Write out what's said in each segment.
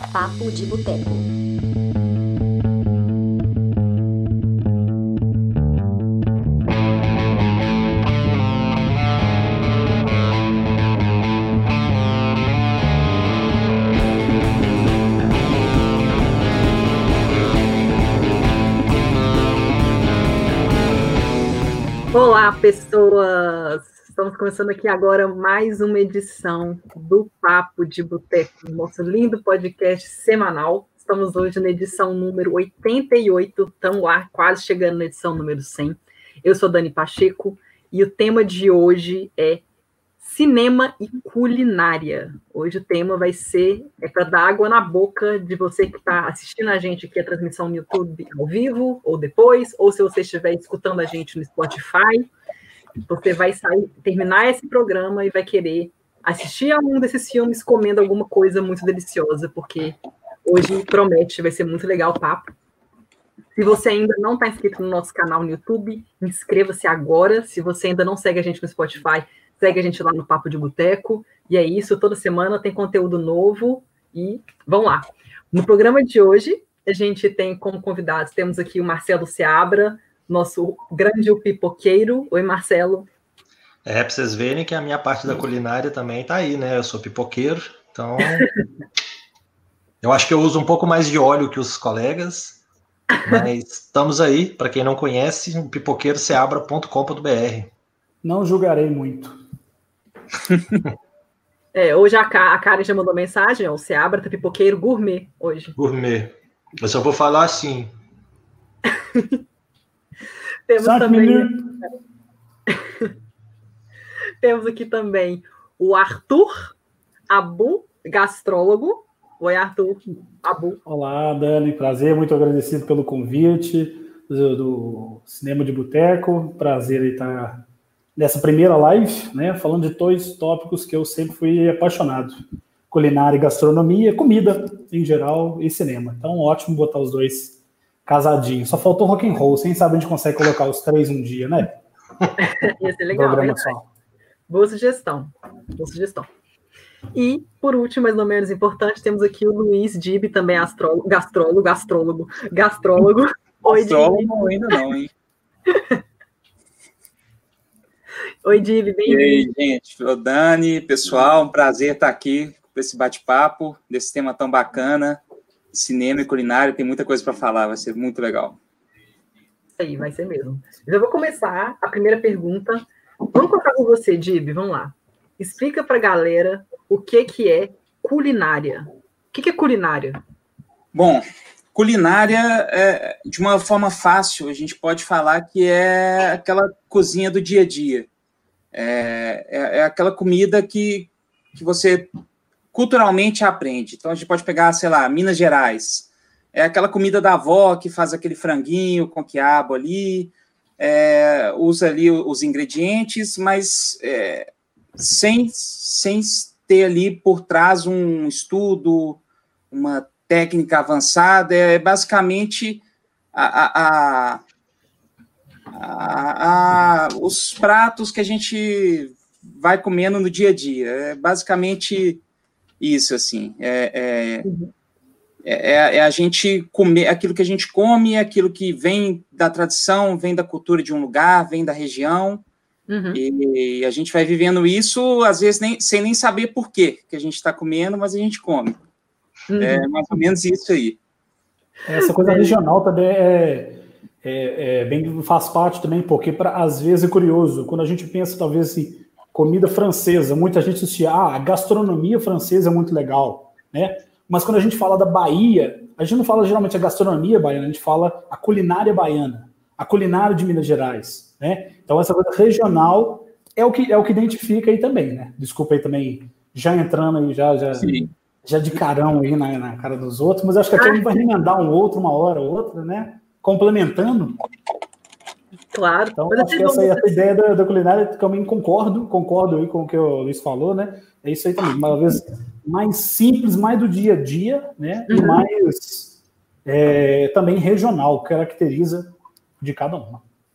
Papo de Boteco. Olá, pessoas! Estamos começando aqui agora mais uma edição do Papo de Boteco, nosso lindo podcast semanal. Estamos hoje na edição número 88, estamos lá quase chegando na edição número 100. Eu sou Dani Pacheco e o tema de hoje é cinema e culinária. Hoje o tema vai ser para dar água na boca de você que está assistindo a gente aqui a transmissão no YouTube ao vivo ou depois, ou se você estiver escutando a gente no Spotify. Você vai terminar esse programa e vai querer assistir a um desses filmes comendo alguma coisa muito deliciosa, porque hoje promete, vai ser muito legal o papo. Se você ainda não está inscrito no nosso canal no YouTube, inscreva-se agora. Se você ainda não segue a gente no Spotify, segue a gente lá no Papo de Boteco. E é isso, toda semana tem conteúdo novo e vamos lá. No programa de hoje, a gente tem como convidados, temos aqui o Marcelo Seabra, nosso grande pipoqueiro. Oi, Marcelo. Para vocês verem que a minha parte da culinária também tá aí, né? Eu sou pipoqueiro, então eu acho que eu uso um pouco mais de óleo que os colegas, mas estamos aí. Para quem não conhece, pipoqueiroseabra.com.br. Não julgarei muito. Hoje a Karen já mandou mensagem, o Seabra tá pipoqueiro gourmet hoje. Gourmet. Eu só vou falar assim. Temos aqui também o Arthur Abu, gastrólogo. Oi, Arthur Abu. Olá, Dani, prazer, muito agradecido pelo convite do Cinema de Boteco. Prazer em estar nessa primeira live, né, falando de dois tópicos que eu sempre fui apaixonado: culinária e gastronomia, comida em geral e cinema. Então, ótimo botar os dois casadinho. Só faltou rock and roll. Quem sabe a gente consegue colocar os três um dia, né? Ia ser legal. Boa sugestão. Boa sugestão. E, por último, mas não menos importante, temos aqui o Luiz Dib, também gastrólogo. Oi, Dib. Ainda não, hein? Oi, Dib, bem-vindo. E aí, gente. Ô, Dani, pessoal, um prazer estar aqui com esse bate-papo, desse tema tão bacana. Cinema e culinária, tem muita coisa para falar, vai ser muito legal. Isso aí, vai ser mesmo. Já vou começar a primeira pergunta. Vamos começar com você, Dib, vamos lá. Explica para a galera o que é culinária. O que é culinária? Bom, culinária, de uma forma fácil, a gente pode falar que é aquela cozinha do dia a dia. É aquela comida que você culturalmente aprende. Então, a gente pode pegar, sei lá, Minas Gerais. É aquela comida da avó que faz aquele franguinho com quiabo ali, usa ali os ingredientes, mas sem ter ali por trás um estudo, uma técnica avançada. É basicamente os pratos que a gente vai comendo no dia a dia. É basicamente isso, assim, a gente comer aquilo que a gente come, aquilo que vem da tradição, vem da cultura de um lugar, vem da região, e a gente vai vivendo isso, às vezes, sem nem saber por quê que a gente está comendo, mas a gente come. É mais ou menos isso aí. Essa coisa regional também bem, faz parte também, porque às vezes é curioso, quando a gente pensa, talvez, assim, comida francesa, muita gente associa, a gastronomia francesa é muito legal, né? Mas quando a gente fala da Bahia, a gente não fala geralmente a gastronomia baiana, a gente fala a culinária baiana, a culinária de Minas Gerais, né? Então essa coisa regional é o que identifica aí também, né? Desculpa aí também, já entrando aí, já de carão aí na cara dos outros, mas acho que aqui a gente vai remendar um outro, uma hora ou outra, né? Complementando. Claro. Então, acho que essa aí é a ideia da culinária, também concordo aí com o que o Luiz falou, né? É isso aí também, uma vez mais simples, mais do dia a dia, né? E mais também regional, caracteriza de cada uma.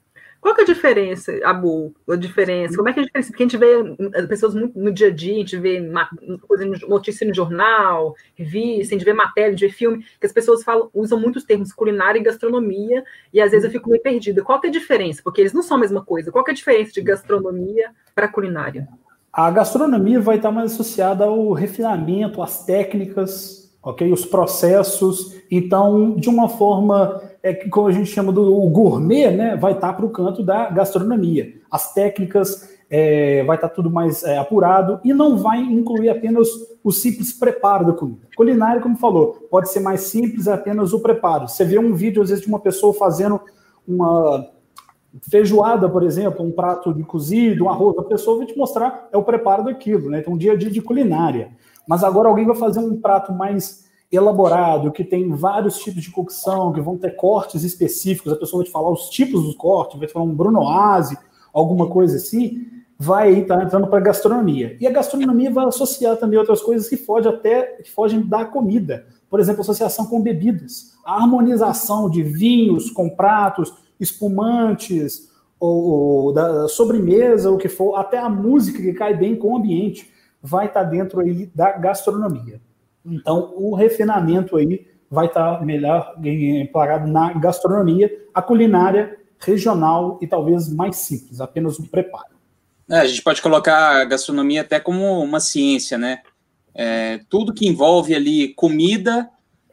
Qual que é a diferença, Abu? A diferença? Como é que é a diferença? Porque a gente vê pessoas muito no dia a dia, a gente vê notícia no jornal, revista, a gente vê matéria, a gente vê filme, que as pessoas usam muitos termos culinária e gastronomia, e às vezes eu fico meio perdida. Qual que é a diferença? Porque eles não são a mesma coisa. Qual que é a diferença de gastronomia para culinária? A gastronomia vai estar mais associada ao refinamento, às técnicas, ok? Os processos. Então, de uma forma, como a gente chama do gourmet, né? Vai estar para o canto da gastronomia. As técnicas, vai estar tudo mais apurado e não vai incluir apenas o simples preparo da comida. Culinária, como falou, pode ser mais simples, é apenas o preparo. Você vê um vídeo, às vezes, de uma pessoa fazendo uma feijoada, por exemplo, um prato de cozido, um arroz, a pessoa vai te mostrar o preparo daquilo, né? Então, dia a dia de culinária. Mas agora alguém vai fazer um prato mais elaborado, que tem vários tipos de cocção, que vão ter cortes específicos, a pessoa vai te falar os tipos dos cortes, vai te falar um brunoise, alguma coisa assim, vai estar entrando para a gastronomia. E a gastronomia vai associar também outras coisas que fogem da comida. Por exemplo, associação com bebidas, a harmonização de vinhos com pratos, espumantes, ou da sobremesa, o que for, até a música que cai bem com o ambiente, vai estar dentro aí da gastronomia. Então, o refinamento aí vai estar melhor emplagado na gastronomia, a culinária regional e talvez mais simples, apenas o preparo. A gente pode colocar a gastronomia até como uma ciência, né? Tudo que envolve ali comida,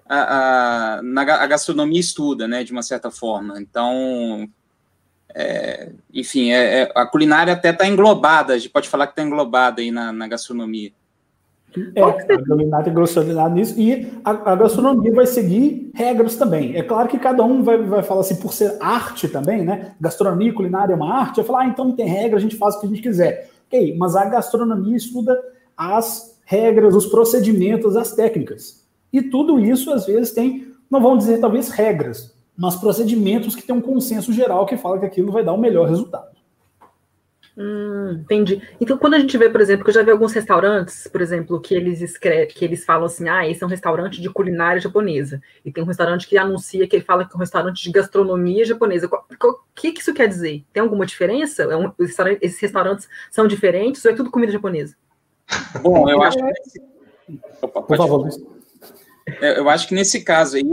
a gastronomia estuda, né, de uma certa forma. Então, enfim, a culinária até está englobada, a gente pode falar que está englobada aí na gastronomia. A culinária é nisso, e a gastronomia vai seguir regras também. É claro que cada um vai falar assim, por ser arte também, né? Gastronomia e culinária é uma arte, vai falar, então não tem regra, a gente faz o que a gente quiser. Ok, mas a gastronomia estuda as regras, os procedimentos, as técnicas. E tudo isso, às vezes, tem, não vamos dizer talvez regras, mas procedimentos que tem um consenso geral que fala que aquilo vai dar o melhor resultado. Entendi. Então, quando a gente vê, por exemplo, que eu já vi alguns restaurantes, por exemplo, que eles falam assim, esse é um restaurante de culinária japonesa. E tem um restaurante que anuncia que ele fala que é um restaurante de gastronomia japonesa. O que isso quer dizer? Tem alguma diferença? Esses restaurantes são diferentes ou é tudo comida japonesa? Bom, eu acho que... Opa, por favor. Eu acho que nesse caso aí,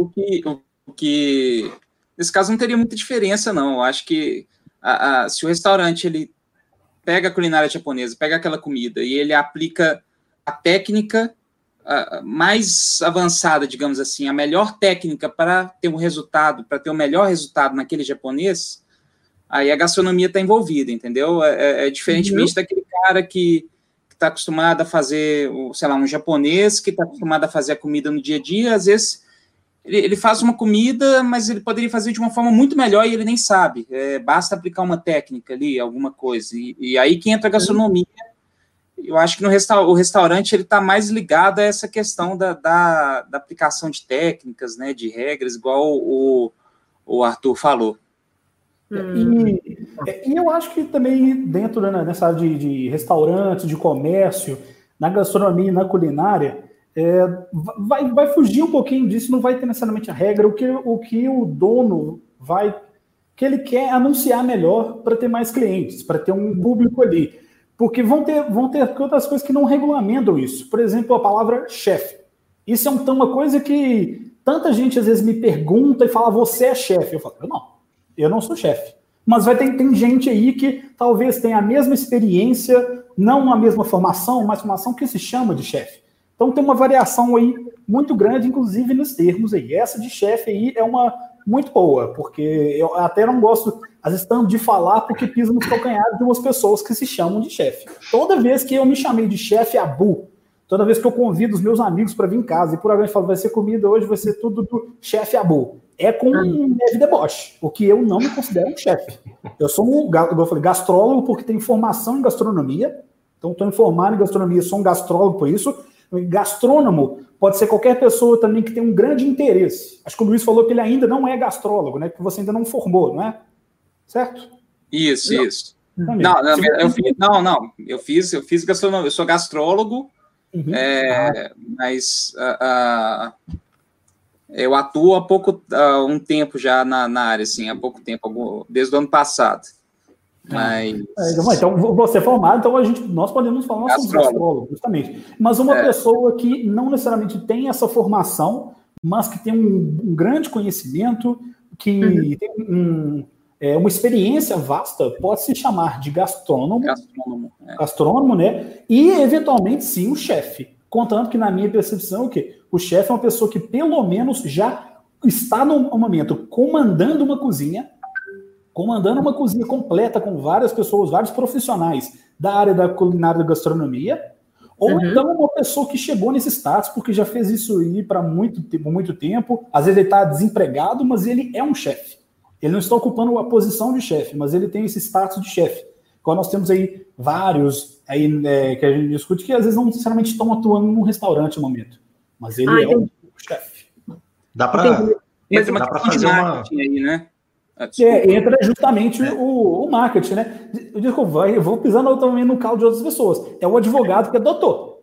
nesse caso não teria muita diferença, não. Eu acho que se o restaurante ele pega a culinária japonesa, pega aquela comida e ele aplica a técnica mais avançada, digamos assim, a melhor técnica para ter um resultado, para ter o melhor resultado naquele japonês, aí a gastronomia está envolvida, entendeu? Diferentemente daquele cara que está acostumado a fazer, sei lá, um japonês que está acostumado a fazer a comida no dia a dia, às vezes ele faz uma comida, mas ele poderia fazer de uma forma muito melhor e ele nem sabe. Basta aplicar uma técnica ali, alguma coisa. E aí que entra a gastronomia. Eu acho que o restaurante ele está mais ligado a essa questão da aplicação de técnicas, né, de regras, igual o Arthur falou. E eu acho que também dentro nessa área de restaurante, de comércio, na gastronomia e na culinária, vai fugir um pouquinho disso, não vai ter necessariamente a regra, o que o dono que ele quer anunciar melhor para ter mais clientes, para ter um público ali. Porque vão ter outras coisas que não regulamentam isso. Por exemplo, a palavra chefe. Isso é uma coisa que tanta gente às vezes me pergunta e fala, você é chefe? Eu falo, eu não sou chefe. Mas tem gente aí que talvez tenha a mesma experiência, não a mesma formação, mas formação que se chama de chefe. Então tem uma variação aí muito grande, inclusive nos termos aí. Essa de chefe aí é uma muito boa, porque eu até não gosto, às vezes, tanto de falar, porque pisa nos calcanhares de umas pessoas que se chamam de chefe. Toda vez que eu me chamei de chefe Abu, toda vez que eu convido os meus amigos para vir em casa, e por alguém fala, vai ser comida hoje, vai ser tudo do chefe Abu. É com um leve deboche, porque eu não me considero um chefe. Eu sou como eu falei, gastrólogo, porque tenho formação em gastronomia, então estou informado em gastronomia, sou um gastrólogo por isso. Gastrônomo pode ser qualquer pessoa também que tem um grande interesse. Acho que o Luiz falou que ele ainda não é gastrólogo, né? Que você ainda não formou, não é? Certo? Isso. Eu fiz gastronomia, eu sou gastrólogo, mas eu atuo há um tempo já na área, assim, há pouco tempo, desde o ano passado. Mas... Então, você é formado, então nós podemos falar, nós somos gastrólogos, justamente. Mas uma pessoa que não necessariamente tem essa formação, mas que tem um grande conhecimento, que tem uma experiência vasta, pode se chamar de gastrônomo, né? E, eventualmente, sim, um chefe. Contanto que, na minha percepção, o chefe é uma pessoa que, pelo menos, já está, no momento, comandando uma cozinha completa com várias pessoas, vários profissionais da área da culinária da gastronomia, ou então uma pessoa que chegou nesse status porque já fez isso aí para muito tempo, às vezes ele está desempregado, mas ele é um chefe. Ele não está ocupando a posição de chefe, mas ele tem esse status de chefe. Agora nós temos aí vários aí, que a gente discute que às vezes não necessariamente estão atuando num restaurante no momento, mas ele é um chefe. Dá para fazer uma... aí, né? Entra justamente o marketing, né? Desculpa, eu vou pisando também no caldo de outras pessoas. É o advogado que é doutor.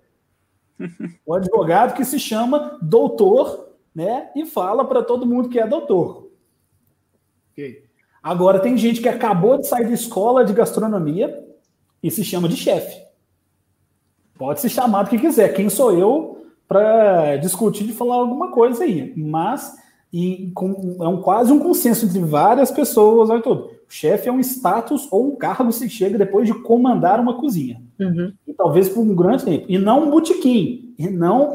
O advogado que se chama doutor, né? E fala para todo mundo que é doutor. Okay. Agora, tem gente que acabou de sair da escola de gastronomia e se chama de chefe. Pode se chamar do que quiser. Quem sou eu para discutir e falar alguma coisa aí? Mas... quase um consenso entre várias pessoas. Olha tudo. O chefe é um status ou um cargo que se chega depois de comandar uma cozinha. E talvez por um grande tempo. E não um botequim. E não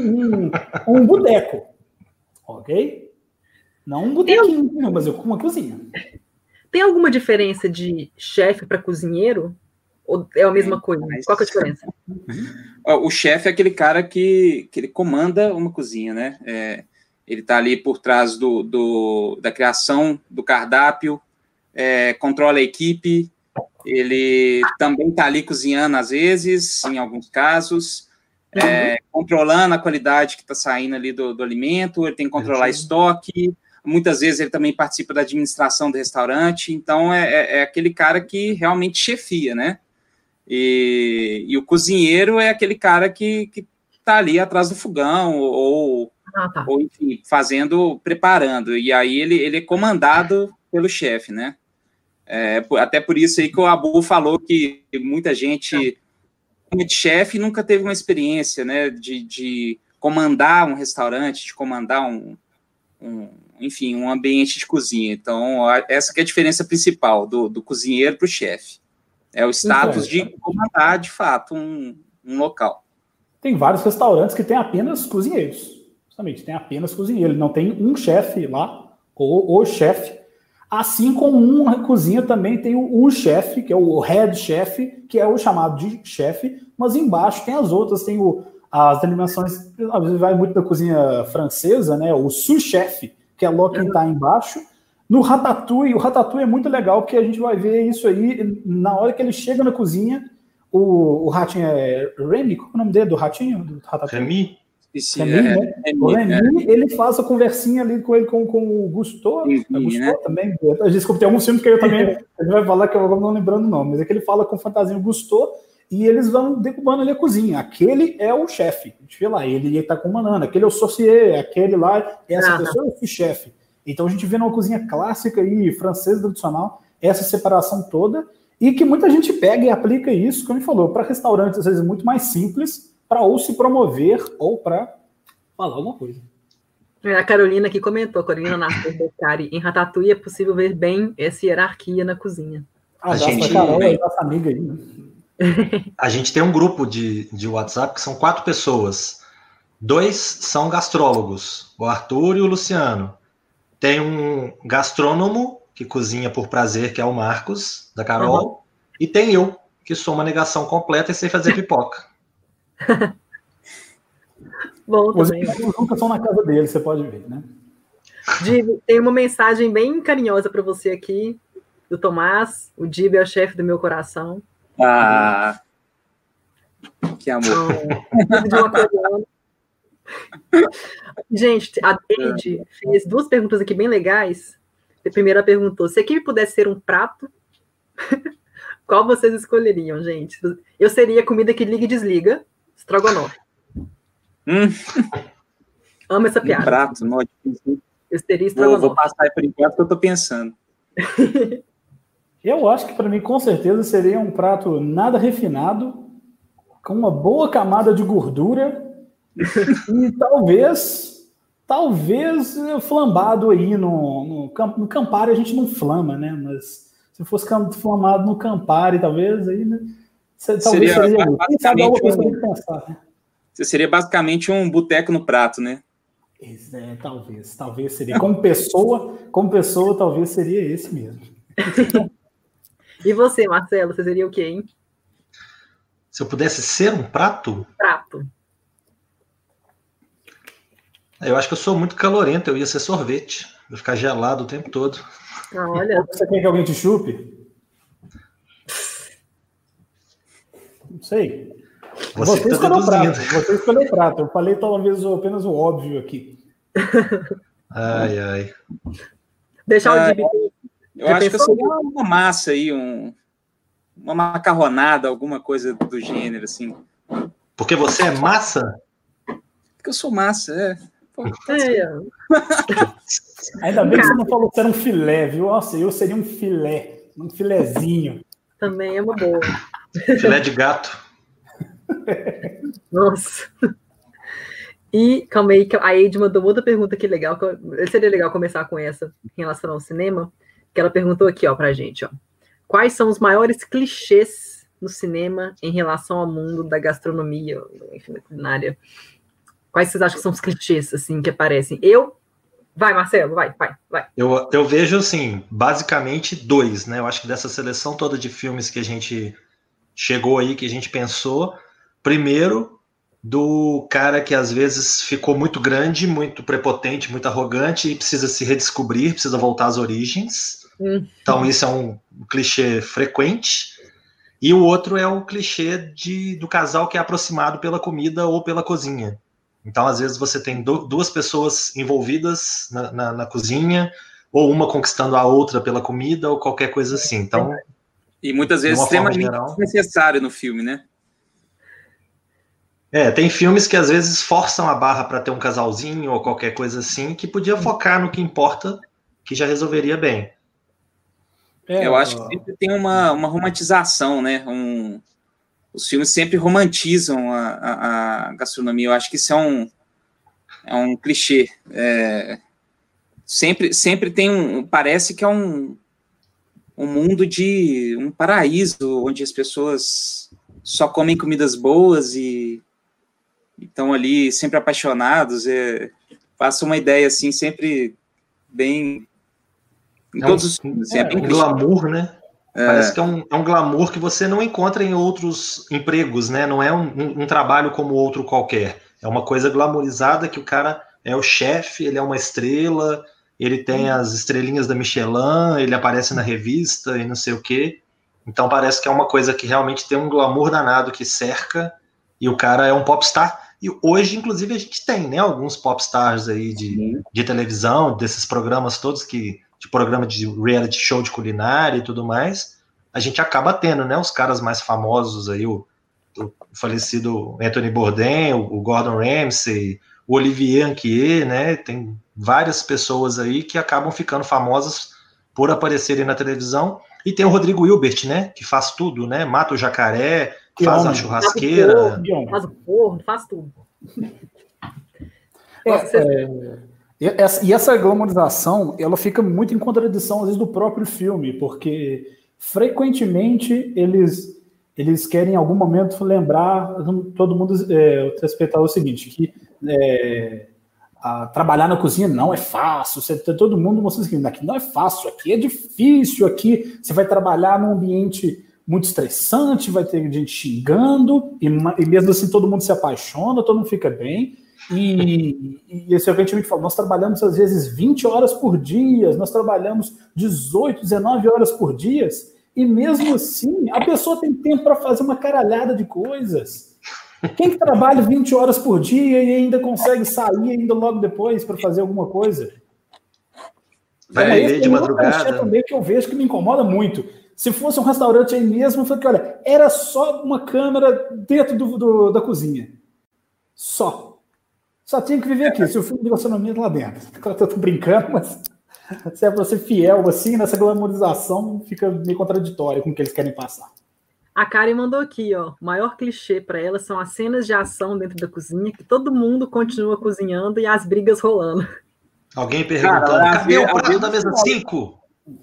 um boteco. Ok? Não um botequim, mas uma cozinha. Tem alguma diferença de chefe para cozinheiro? Ou é a mesma coisa? Qual que é a diferença? O chefe é aquele cara que ele comanda uma cozinha, né? Ele está ali por trás da criação do cardápio, controla a equipe, ele também está ali cozinhando às vezes, em alguns casos, controlando a qualidade que está saindo ali do alimento, ele tem que controlar estoque, muitas vezes ele também participa da administração do restaurante, então é aquele cara que realmente chefia, né? E o cozinheiro é aquele cara que está ali atrás do fogão, ou enfim, preparando, e aí ele é comandado pelo chefe, né? Até por isso aí que o Abu falou que muita gente de chefe nunca teve uma experiência, né, de comandar um restaurante, de comandar enfim, um ambiente de cozinha. Então, essa que é a diferença principal do cozinheiro para o chefe. É o status de comandar, de fato, um local. Tem vários restaurantes que têm apenas cozinheiros. Justamente, tem apenas cozinheiro. Ele não tem um chefe lá, ou o chefe. Assim como uma cozinha também tem o chefe, que é o head chef, que é o chamado de chefe, mas embaixo tem as outras, tem as denominações, às vezes vai muito da cozinha francesa, né? O sous-chef, que é logo quem está embaixo. No Ratatouille, o Ratatouille é muito legal, porque a gente vai ver isso aí na hora que ele chega na cozinha. O ratinho é Remy, qual é o nome dele do ratinho? Do Remy? Né? O Remy, ele faz a conversinha ali com ele, com o Gusteau. Né? Também. Desculpa, tem alguns filmes que eu também ele vai falar que eu não lembrando o nome, mas é que ele fala com o fantasma Gusteau e eles vão derrubando ali a cozinha. Aquele é o chefe. A gente vê lá, ele está comandando. Aquele é o saucier, aquele lá, essa pessoa é o chefe. Então a gente vê numa cozinha clássica e francesa tradicional essa separação toda e que muita gente pega e aplica isso, como a gente falou, para restaurantes às vezes muito mais simples, para ou se promover ou para falar alguma coisa. A Carolina aqui comentou, a Carolina Nascimento, em Ratatouille é possível ver bem essa hierarquia na cozinha. A gente, Carol, nossa amiga aí. A gente tem um grupo de WhatsApp que são 4 pessoas. 2 são gastrólogos, o Arthur e o Luciano. Tem um gastrônomo que cozinha por prazer, que é o Marcos, da Carol. E tem eu, que sou uma negação completa e sei fazer pipoca. Bom, os nunca são na casa dele, você pode ver, né? Dib, tem uma mensagem bem carinhosa para você aqui, do Tomás. O Dib é o chefe do meu coração. Ah, que amor. Gente, a Deide fez 2 perguntas aqui bem legais. A primeira perguntou: se a equipe pudesse ser um prato, qual vocês escolheriam, gente? Eu seria comida que liga e desliga, estrogonofe. Amo essa piada. Prato, não, eu seria estrogonofe. Vou passar aí por enquanto que eu tô pensando. Eu acho que para mim, com certeza, seria um prato nada refinado, com uma boa camada de gordura e talvez flambado aí no Campari a gente não flama, né? Mas se fosse flamado no Campari, talvez aí, né? Talvez seria algo que eu teria que pensar, né? Seria basicamente um boteco no prato, né? Talvez seria. Como pessoa, talvez seria esse mesmo. E você, Marcelo, você seria o quê, hein? Se eu pudesse ser um prato? Prato. Eu acho que eu sou muito calorento, eu ia ser sorvete. Eu ia ficar gelado o tempo todo. Olha. Você quer que alguém te chupe? Não sei. Você escolheu o prato. Eu falei talvez apenas o óbvio aqui. Ai. Deixar o Gibi. Eu acho que eu seria uma massa aí, uma macarronada, alguma coisa do gênero, assim. Porque você é massa? Porque eu sou massa, Ainda bem que você não falou que era um filé, viu? Nossa, eu seria um filé, um filézinho. Também é uma boa. Filé de gato. Nossa. E, calma aí, a Eide mandou outra pergunta que legal, seria legal começar com essa em relação ao cinema, que ela perguntou aqui, ó, pra gente, ó. Quais são os maiores clichês no cinema em relação ao mundo da gastronomia, enfim, da culinária? Quais vocês acham que são os clichês, assim, que aparecem? Vai, Marcelo, vai. Eu vejo, assim, basicamente 2, né? Eu acho que dessa seleção toda de filmes que a gente chegou aí, que a gente pensou, primeiro, do cara que às vezes ficou muito grande, muito prepotente, muito arrogante e precisa se redescobrir, precisa voltar às origens. Então isso é um clichê frequente. E o outro é o clichê do casal que é aproximado pela comida ou pela cozinha. Então às vezes você tem duas pessoas envolvidas na cozinha, ou uma conquistando a outra pela comida ou qualquer coisa assim. Então, e muitas vezes extremamente necessário no filme, né? Tem filmes que às vezes forçam a barra para ter um casalzinho ou qualquer coisa assim, que podia focar no que importa, que já resolveria bem. Eu acho que sempre tem uma romantização, né? Os filmes sempre romantizam a gastronomia. Eu acho que isso é um clichê. Sempre tem parece que é um mundo de um paraíso, onde as pessoas só comem comidas boas e estão ali sempre apaixonados. Passa uma ideia assim, sempre bem... Em todos os filmes. Um glamour, né? Parece que é um glamour que você não encontra em outros empregos, né? Não é um trabalho como outro qualquer. É uma coisa glamourizada que o cara é o chefe, ele é uma estrela, ele tem as estrelinhas da Michelin, ele aparece na revista e não sei o quê. Então parece que é uma coisa que realmente tem um glamour danado que cerca, e o cara é um popstar. E hoje, inclusive, a gente tem, né, alguns popstars aí de televisão, desses programas todos de programa de reality show de culinária e tudo mais, a gente acaba tendo, né, os caras mais famosos aí, o falecido Anthony Bourdain, o Gordon Ramsay, o Olivier Anquier, né, tem várias pessoas aí que acabam ficando famosas por aparecerem na televisão, e tem o Rodrigo Hilbert, né, que faz tudo, né, mata o jacaré, faz a churrasqueira. Faz o forno, faz tudo. E essa glamorização, ela fica muito em contradição, às vezes, do próprio filme, porque frequentemente eles querem, em algum momento, lembrar todo mundo, o telespectador, o seguinte, que trabalhar na cozinha não é fácil, todo mundo mostrando que aqui não é fácil, aqui é difícil, aqui você vai trabalhar num ambiente muito estressante, vai ter gente xingando, e mesmo assim todo mundo se apaixona, todo mundo fica bem. E esse eventualmente fala, nós trabalhamos às vezes 20 horas por dia, nós trabalhamos 18, 19 horas por dia, e mesmo assim a pessoa tem tempo para fazer uma caralhada de coisas. Quem que trabalha 20 horas por dia e ainda consegue sair ainda logo depois para fazer alguma coisa? Vai ler de madrugada. Também que eu vejo que me incomoda muito. Se fosse um restaurante aí mesmo, eu falei que, olha, era só uma câmera dentro da cozinha. Só tinha que viver aqui. Se o filme de gastronomia lá dentro. Eu tô brincando, mas Se é pra ser fiel, assim, nessa glamorização fica meio contraditório com o que eles querem passar. A Karen mandou aqui, ó. O maior clichê para ela são as cenas de ação dentro da cozinha, que todo mundo continua cozinhando e as brigas rolando. Alguém perguntando, cadê o prato da mesa 5?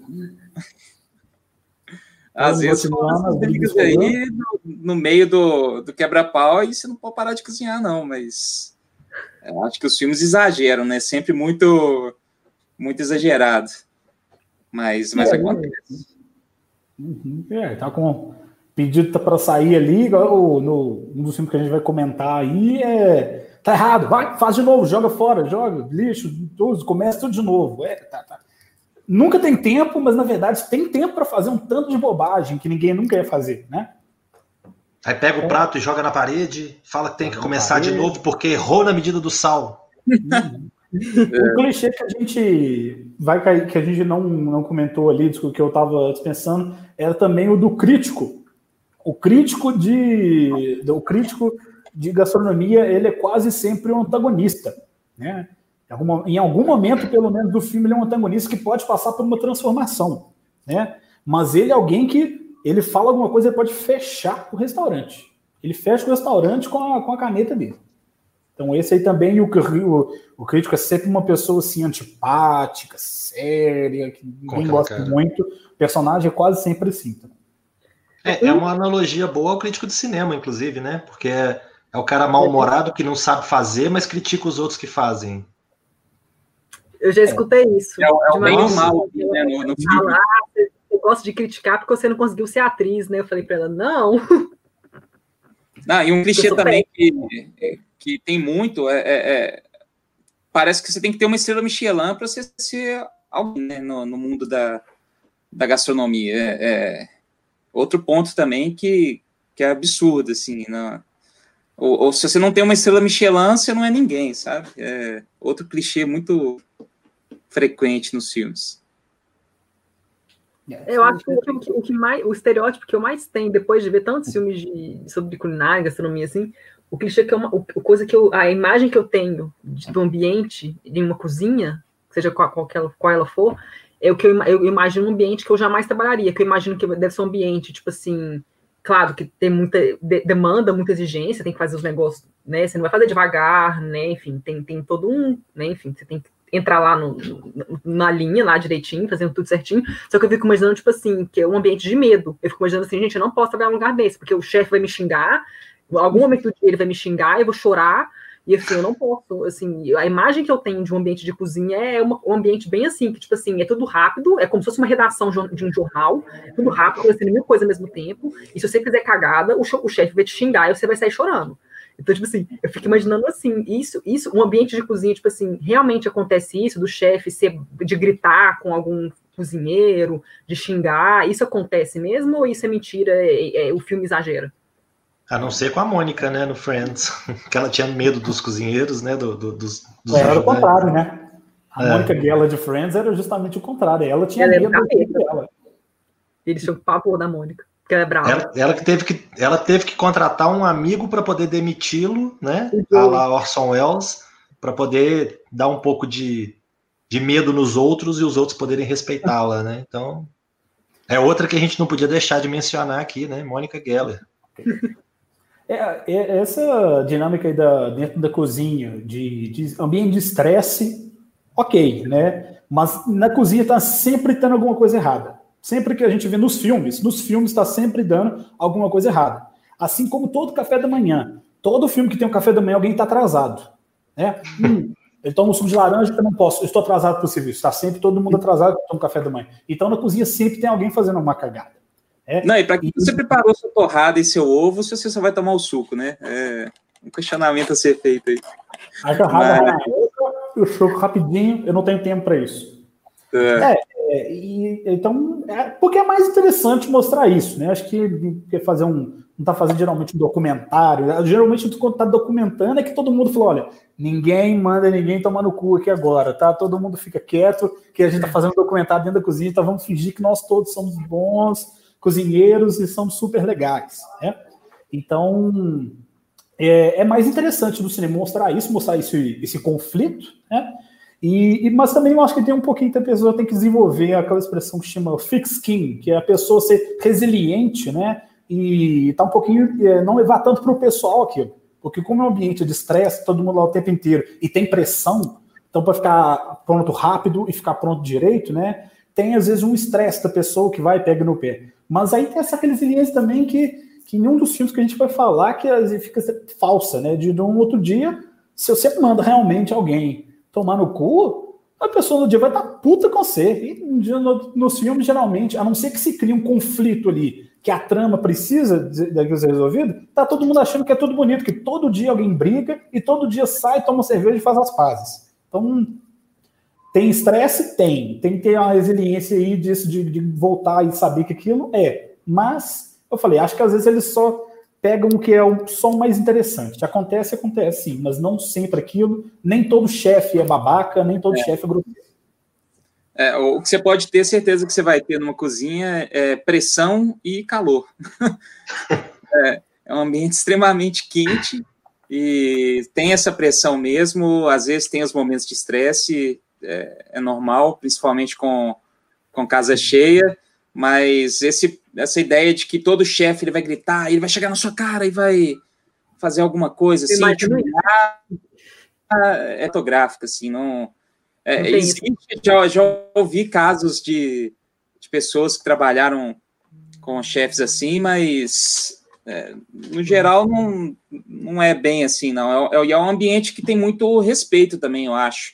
Às vezes as brigas aí no meio do quebra-pau e você não pode parar de cozinhar, não, mas eu acho que os filmes exageram, né? Sempre muito, muito exagerado. Mas acontece. Tá com pedido para sair ali, igual um dos filmes que a gente vai comentar aí, tá errado, vai, faz de novo, joga fora, joga, lixo, tudo, começa tudo de novo. Tá. Nunca tem tempo, mas na verdade tem tempo para fazer um tanto de bobagem que ninguém nunca ia fazer, né? Aí pega o prato e joga na parede, fala que tem que começar de novo porque errou na medida do sal. O clichê que a gente não comentou ali, que eu estava dispensando, era também o do crítico. O crítico de gastronomia, ele é quase sempre um antagonista, né? Em algum momento, pelo menos, do filme, ele é um antagonista que pode passar por uma transformação, né? Mas ele é alguém que ele fala alguma coisa, ele pode fechar o restaurante. Ele fecha o restaurante com a caneta dele. Então, esse aí também, o crítico é sempre uma pessoa assim, antipática, séria, que ninguém gosta muito. O personagem é quase sempre assim. Então. É uma analogia boa ao crítico de cinema, inclusive, né? Porque é o cara mal-humorado que não sabe fazer, mas critica os outros que fazem. Eu já escutei isso. É o bem e o mal, né? No filme. Eu gosto de criticar porque você não conseguiu ser atriz, né? Eu falei pra ela, não. E um clichê também que tem muito parece que você tem que ter uma estrela Michelin para você ser alguém, né, no mundo da gastronomia. Outro ponto também que é absurdo, assim, ou se você não tem uma estrela Michelin, você não é ninguém, sabe? É outro clichê muito frequente nos filmes. Eu acho que o estereótipo que eu mais tenho, depois de ver tantos filmes sobre culinária, gastronomia, assim, o clichê a imagem que eu tenho do ambiente em uma cozinha, seja qual ela for, é o que eu imagino um ambiente que eu jamais trabalharia, que eu imagino que deve ser um ambiente, tipo assim, claro que tem muita demanda, muita exigência, tem que fazer os negócios, né, você não vai fazer devagar, né, enfim, tem todo né, enfim, você tem que entrar lá na linha, lá direitinho, fazendo tudo certinho, só que eu fico imaginando, tipo assim, que é um ambiente de medo, eu fico imaginando assim, gente, eu não posso trabalhar num lugar desse, porque o chefe vai me xingar, em algum momento do dia ele vai me xingar, eu vou chorar, e assim, eu não posso, assim, a imagem que eu tenho de um ambiente de cozinha é um ambiente bem assim, que tipo assim, é tudo rápido, é como se fosse uma redação de um jornal, tudo rápido, acontecendo mil coisas ao mesmo tempo, e se você fizer cagada, o chefe vai te xingar e você vai sair chorando. Então, tipo assim, eu fico imaginando assim, um ambiente de cozinha, tipo assim, realmente acontece isso, do chefe de gritar com algum cozinheiro, de xingar, isso acontece mesmo ou isso é mentira, o filme exagera? A não ser com a Mônica, né, no Friends, que ela tinha medo dos cozinheiros, né, dos era o contrário, né? A Mônica Geller de Friends era justamente o contrário, ela tinha medo dela. Eles tinham pavor da Mônica. Porque ela é brava. Ela teve que contratar um amigo para poder demiti-lo, né? A la Orson Welles, para poder dar um pouco de medo nos outros e os outros poderem respeitá-la, né? Então, é outra que a gente não podia deixar de mencionar aqui, né? Mônica Geller. Essa dinâmica aí dentro da cozinha, de ambiente de estresse, ok, né? Mas na cozinha está sempre tendo alguma coisa errada. Sempre que a gente vê nos filmes está sempre dando alguma coisa errada. Assim como todo café da manhã. Todo filme que tem um café da manhã, alguém está atrasado. Né? Ele toma um suco de laranja que eu não posso, eu estou atrasado para o serviço. Está sempre todo mundo atrasado para tomar um café da manhã. Então, na cozinha sempre tem alguém fazendo uma cagada. Não, e para que você preparou sua torrada e seu ovo, se você só vai tomar o suco, né? É um questionamento a ser feito aí. A torrada, eu choco rapidinho, eu não tenho tempo para isso. Então, porque é mais interessante mostrar isso, né? Acho que não está fazendo geralmente um documentário. Geralmente, quando está documentando, é que todo mundo falou: olha, ninguém manda ninguém tomar no cu aqui agora, tá? Todo mundo fica quieto, que a gente está fazendo um documentário dentro da cozinha, então vamos fingir que nós todos somos bons cozinheiros e somos super legais, né? Então, é mais interessante no cinema mostrar isso, esse conflito, né? Mas também eu acho que tem um pouquinho que a pessoa tem que desenvolver aquela expressão que chama thick skin, que é a pessoa ser resiliente, né? E tá um pouquinho, não levar tanto para o pessoal aquilo. Porque como é um ambiente de estresse, todo mundo lá o tempo inteiro, e tem pressão, então para ficar pronto rápido e ficar pronto direito, né? Tem às vezes um estresse da pessoa que vai e pega no pé. Mas aí tem essa resiliência também que em um dos filmes que a gente vai falar que às vezes fica falsa, né? De um outro dia, se você manda realmente alguém tomar no cu, a pessoa no dia vai estar puta com você. E nos filmes, geralmente, a não ser que se crie um conflito ali, que a trama precisa de ser resolvida, tá todo mundo achando que é tudo bonito, que todo dia alguém briga e todo dia sai, toma cerveja e faz as pazes. Então, tem estresse? Tem que ter uma resiliência aí disso, de voltar e saber que aquilo mas, eu falei, acho que às vezes eles só pegam o que é o som mais interessante. Acontece sim, mas não sempre aquilo, nem todo chefe é babaca, nem todo chefe é grosseiro. O que você pode ter certeza que você vai ter numa cozinha é pressão e calor. É um ambiente extremamente quente e tem essa pressão mesmo, às vezes tem os momentos de estresse, é normal, principalmente com casa cheia, mas essa ideia de que todo chefe ele vai gritar, ele vai chegar na sua cara e vai fazer alguma coisa assim, é fotográfica, assim, não... existe, já ouvi casos de pessoas que trabalharam com chefes assim, mas no geral não é bem assim, não. É um ambiente que tem muito respeito também, eu acho.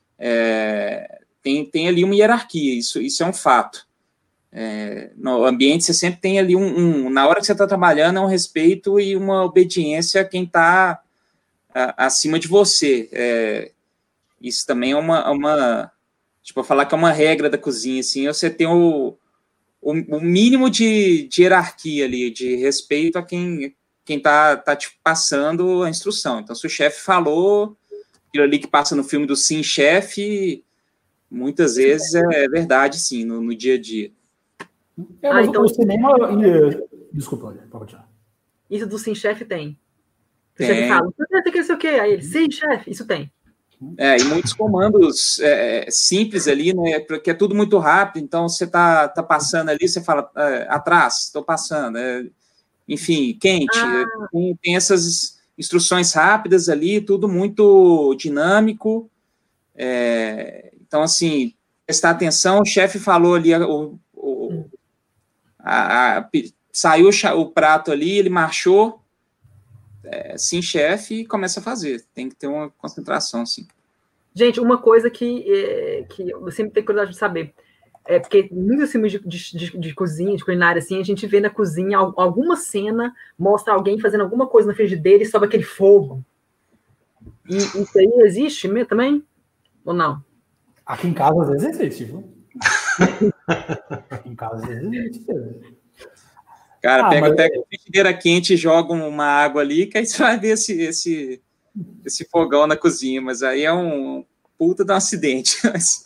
Tem ali uma hierarquia, isso é um fato. No ambiente você sempre tem ali na hora que você está trabalhando, é um respeito e uma obediência a quem está acima de você. Isso também é uma tipo, falar que é uma regra da cozinha, assim, você tem o mínimo de hierarquia ali, de respeito a quem tá te passando a instrução. Então, se o chefe falou, aquilo ali que passa no filme do Sim, Chefe, muitas vezes é verdade, sim, no dia a dia. Então o cinema... Desculpa, pode tirar. Isso do Sim, Chefe tem. O chefe fala, você tem que ser o quê? Aí ele, sim, chefe, isso tem. E muitos comandos simples ali, né? Porque é tudo muito rápido, então você tá passando ali, você fala, atrás, estou passando. Enfim, quente. Tem essas instruções rápidas ali, tudo muito dinâmico. Então, assim, prestar atenção, o chefe falou ali, saiu o prato ali, ele marchou, sim, chefe, e começa a fazer. Tem que ter uma concentração, sim. Gente, uma coisa que eu sempre tenho curiosidade de saber, porque muitos filmes de cozinha, de culinária, assim, a gente vê na cozinha alguma cena, mostra alguém fazendo alguma coisa na frigideira e sobe aquele fogo. E isso aí existe mesmo também? Ou não? Aqui em casa, às vezes, existe, viu? Aqui em casa, às vezes, existe. Cara, pega a frigideira quente e joga uma água ali, que aí você vai ver esse fogão na cozinha, mas aí é um puta de um acidente.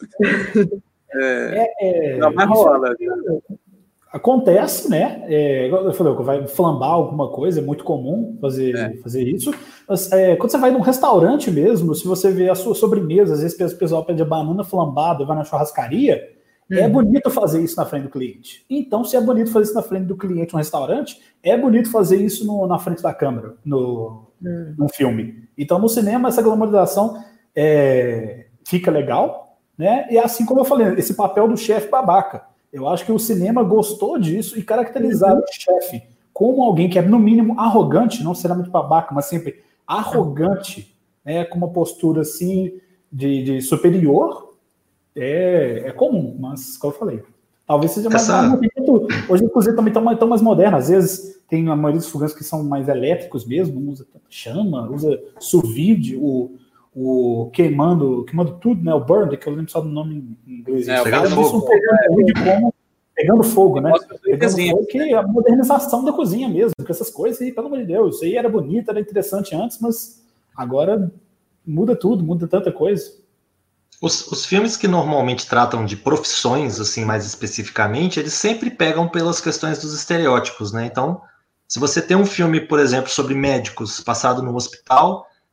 Não, mas rola. Acontece, né? Eu falei, vai flambar alguma coisa, é muito comum fazer isso. Mas, quando você vai num restaurante mesmo, se você vê a sua sobremesa, às vezes o pessoal pede a banana flambada, vai na churrascaria, é bonito fazer isso na frente do cliente. Então, se é bonito fazer isso na frente do cliente no restaurante, é bonito fazer isso na frente da câmera, num filme. Então, no cinema, essa glamorização fica legal, né? E assim como eu falei, esse papel do chefe babaca. Eu acho que o cinema gostou disso e caracterizar o chefe como alguém que é, no mínimo, arrogante, não necessariamente babaca, mas sempre arrogante, né? Com uma postura assim de superior. É comum, mas, como eu falei, talvez seja mais... Hoje, inclusive, também estão mais modernos. Às vezes, tem a maioria dos fogões que são mais elétricos mesmo, usa chama, usa sous vide, o queimando tudo, né? O burn, que eu lembro só do nome em inglês. Pegando fogo. Pegando fogo, né? Pegando fogo, que é a modernização da cozinha mesmo, com essas coisas, e pelo amor de Deus, isso aí era bonito, era interessante antes, mas agora muda tudo, muda tanta coisa. Os filmes que normalmente tratam de profissões, assim, mais especificamente, eles sempre pegam pelas questões dos estereótipos, né? Então, se você tem um filme, por exemplo, sobre médicos passado no hospital,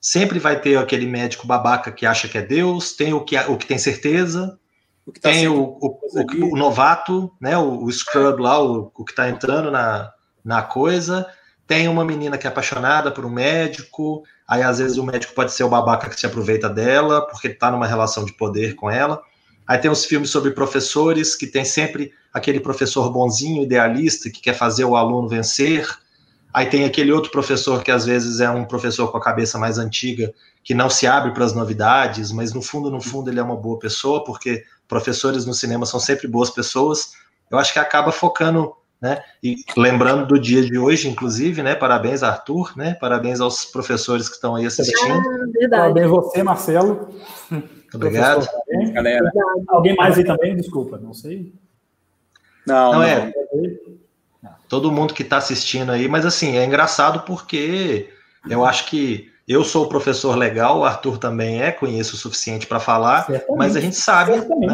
sempre vai ter aquele médico babaca que acha que é Deus, tem o que tem certeza, tem o novato, né, o scrub lá, o que está entrando na coisa, tem uma menina que é apaixonada por um médico, aí às vezes o médico pode ser o babaca que se aproveita dela, porque está numa relação de poder com ela. Aí tem os filmes sobre professores, que tem sempre aquele professor bonzinho, idealista, que quer fazer o aluno vencer. Aí tem aquele outro professor que às vezes é um professor com a cabeça mais antiga, que não se abre para as novidades, mas no fundo ele é uma boa pessoa, porque professores no cinema são sempre boas pessoas. Eu acho que acaba focando, né? E lembrando do dia de hoje, inclusive, né? Parabéns, Arthur, né? Parabéns aos professores que estão aí assistindo. Parabéns você, Marcelo. Obrigado. Galera. Alguém mais aí também? Desculpa, não sei. Não. Todo mundo que está assistindo aí, mas assim, é engraçado porque eu acho que eu sou o professor legal, o Arthur também conheço o suficiente para falar, mas a gente sabe,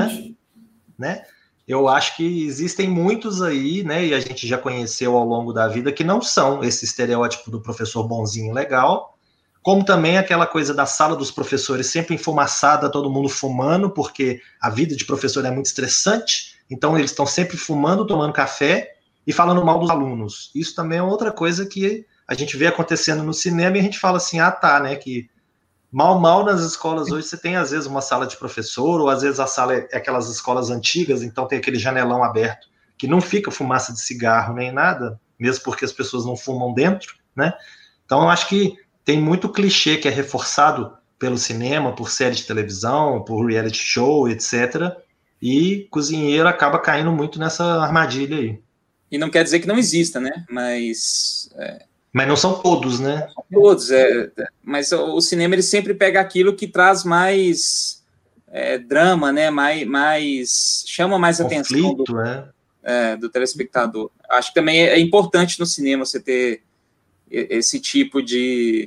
né? Eu acho que existem muitos aí, né, e a gente já conheceu ao longo da vida, que não são esse estereótipo do professor bonzinho legal, como também aquela coisa da sala dos professores sempre enfumaçada, todo mundo fumando, porque a vida de professor é muito estressante, então eles estão sempre fumando, tomando café e falando mal dos alunos. Isso também é outra coisa que a gente vê acontecendo no cinema e a gente fala assim, né, que mal nas escolas hoje você tem às vezes uma sala de professor, ou às vezes a sala é aquelas escolas antigas, então tem aquele janelão aberto, que não fica fumaça de cigarro nem nada, mesmo porque as pessoas não fumam dentro, né? Então eu acho que tem muito clichê que é reforçado pelo cinema, por série de televisão, por reality show, etc. E cozinheiro acaba caindo muito nessa armadilha aí. E não quer dizer que não exista, né? Mas não são todos, né? Todos, mas o cinema ele sempre pega aquilo que traz mais drama, né? Mais chama mais conflito, atenção do telespectador. Acho que também é importante no cinema você ter esse tipo de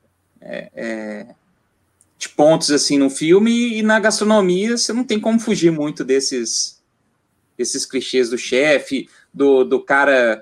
pontos assim no filme, e na gastronomia você não tem como fugir muito desses clichês do chefe, do cara,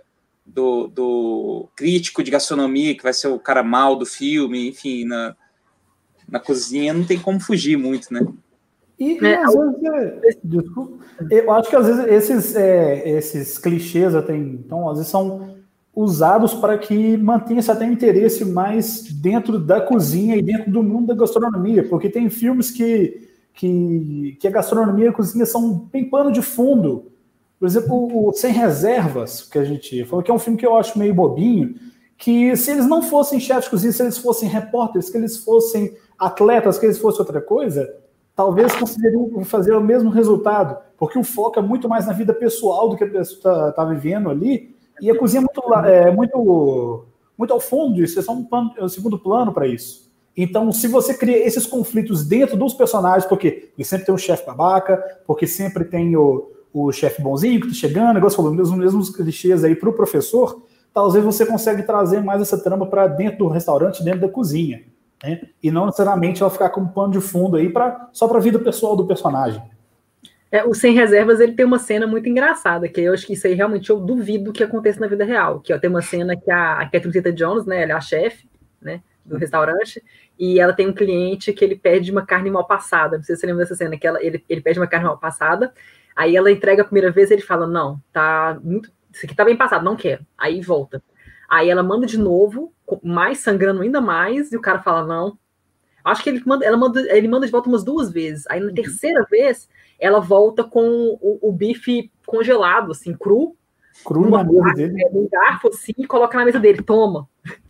do crítico de gastronomia, que vai ser o cara mal do filme, enfim, na cozinha não tem como fugir muito, né? E às vezes, desculpa, eu acho que às vezes esses clichês até então, às vezes são usados para que mantenha-se até interesse mais dentro da cozinha e dentro do mundo da gastronomia, porque tem filmes que a gastronomia e a cozinha são bem pano de fundo. Por exemplo, o Sem Reservas, que a gente falou, que é um filme que eu acho meio bobinho, que se eles não fossem chefes de cozinha, se eles fossem repórteres, que eles fossem atletas, que eles fossem outra coisa, talvez conseguiriam fazer o mesmo resultado, porque o foco é muito mais na vida pessoal do que a pessoa está vivendo ali, e a cozinha é muito ao fundo disso, é só um segundo plano para isso. Então, se você cria esses conflitos dentro dos personagens, porque sempre tem um chefe babaca, porque sempre tem o chefe bonzinho que está chegando, negócio falando os mesmos clichês aí para o professor, talvez você consiga trazer mais essa trama para dentro do restaurante, dentro da cozinha, né? E não necessariamente ela ficar como pano de fundo aí só para a vida pessoal do personagem. O Sem Reservas, ele tem uma cena muito engraçada, que eu acho que isso aí realmente eu duvido que aconteça na vida real, que tem uma cena que a Catherine Zeta-Jones, né, ela é a chefe, né, do restaurante, e ela tem um cliente que ele pede uma carne mal passada, não sei se você lembra dessa cena, que ele pede uma carne mal passada, aí ela entrega a primeira vez e ele fala, não, isso aqui tá bem passado, não quero, aí volta. Aí ela manda de novo, mais sangrando ainda mais, e o cara fala, não. Acho que ele manda de volta umas 2 vezes, aí na terceira vez ela volta com o bife congelado, assim, cru na mesa dele. Um garfo, assim, e coloca na mesa dele. Toma.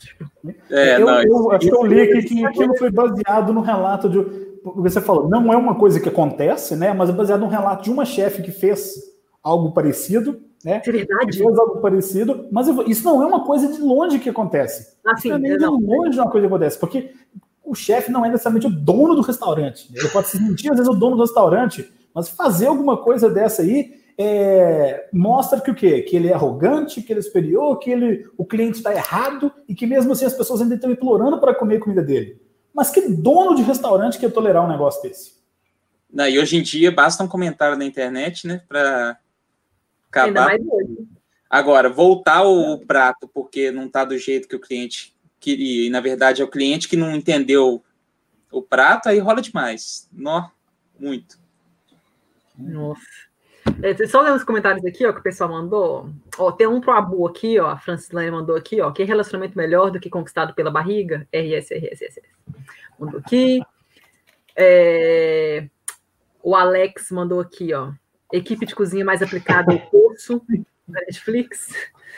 Eu acho que eu li aqui que aquilo foi baseado no relato de... Você falou, não é uma coisa que acontece, né? Mas é baseado num relato de uma chefe que fez algo parecido, né? É verdade. Que fez algo parecido, mas isso não é uma coisa de longe que acontece. Sim, não é de longe uma coisa que acontece, porque o chefe não é necessariamente o dono do restaurante. Ele pode se mentir, às vezes, o dono do restaurante, mas fazer alguma coisa dessa aí mostra que o quê? Que ele é arrogante, que ele é superior, que o cliente está errado e que mesmo assim as pessoas ainda estão implorando para comer a comida dele. Mas que dono de restaurante quer tolerar um negócio desse? E hoje em dia basta um comentário na internet, né, para acabar. Agora, voltar o prato porque não está do jeito que o cliente e na verdade é o cliente que não entendeu o prato, aí rola demais. Muito. Nossa. Só ler os comentários aqui, ó, que o pessoal mandou. Ó, tem um pro Abu aqui, ó, a Francilane mandou aqui, ó, que relacionamento melhor do que conquistado pela barriga? RS. Mandou aqui. O Alex mandou aqui, ó, equipe de cozinha mais aplicada ao curso da Netflix.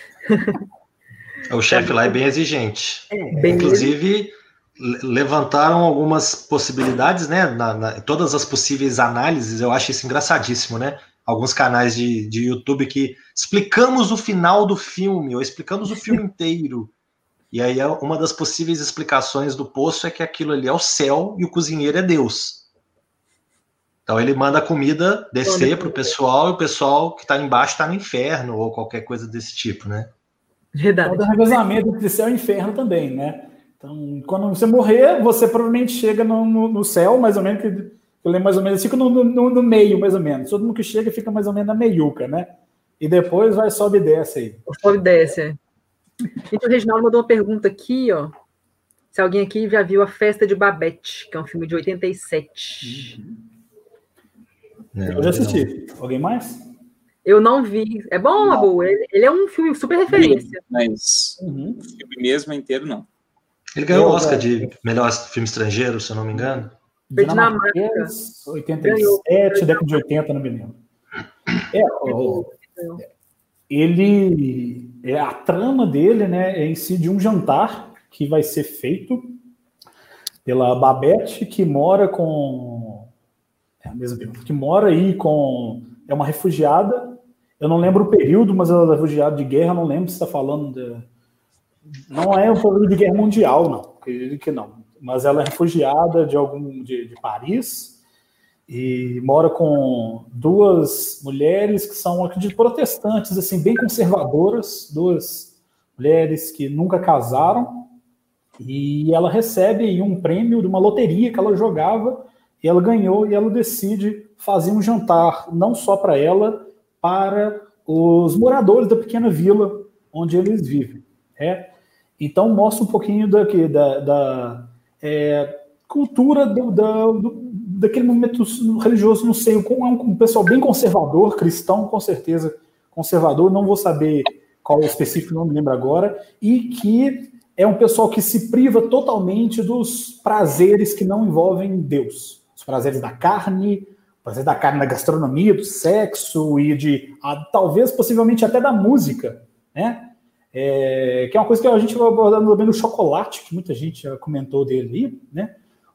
O chefe lá é bem exigente. Inclusive, levantaram algumas possibilidades, né? Todas as possíveis análises, eu acho isso engraçadíssimo, né? Alguns canais de YouTube que explicamos o final do filme, ou explicamos o filme inteiro. E aí uma das possíveis explicações do poço é que aquilo ali é o céu e o cozinheiro é Deus. Então ele manda a comida descer para o pessoal, e o pessoal que está embaixo está no inferno, ou qualquer coisa desse tipo, né? Verdade. Todo revezamento entre céu e inferno também, né? Então, quando você morrer, você provavelmente chega no céu, mais ou menos, que eu lembro mais ou menos, fica no meio, mais ou menos. Todo mundo que chega fica mais ou menos na meiuca, né? E depois sobe e desce aí. Sobe e desce. Então, o Reginaldo mandou uma pergunta aqui, ó. Se alguém aqui já viu A Festa de Babette, que é um filme de 87. Eu já assisti. Alguém mais? Eu não vi. É bom, Abu? Ele é um filme super referência. Mas o filme mesmo inteiro, não. Ele ganhou o Oscar de melhor filme estrangeiro, se eu não me engano. Dinamarca. 87, década de 80, não me lembro. A trama dele, né, é em si de um jantar que vai ser feito pela Babette, que mora com... que mora aí com... É uma refugiada. Eu não lembro o período, mas ela é refugiada de guerra. Eu não lembro se está falando de... Não é um problema de guerra mundial, não. Acredito que não. Mas ela é refugiada de Paris e mora com duas mulheres que são, acredito, protestantes, assim, bem conservadoras, duas mulheres que nunca casaram, e ela recebe aí um prêmio de uma loteria que ela jogava, e ela ganhou, e ela decide fazer um jantar, não só para ela, para os moradores da pequena vila onde eles vivem. Então mostra um pouquinho da cultura daquele movimento religioso no seio, com um pessoal bem conservador, cristão, com certeza conservador, não vou saber qual é o específico, não me lembro agora, e que é um pessoal que se priva totalmente dos prazeres que não envolvem Deus. Os prazeres da carne, na gastronomia, do sexo e talvez, possivelmente, até da música, né? Que é uma coisa que a gente vai abordando também no chocolate, que muita gente já comentou dele, né?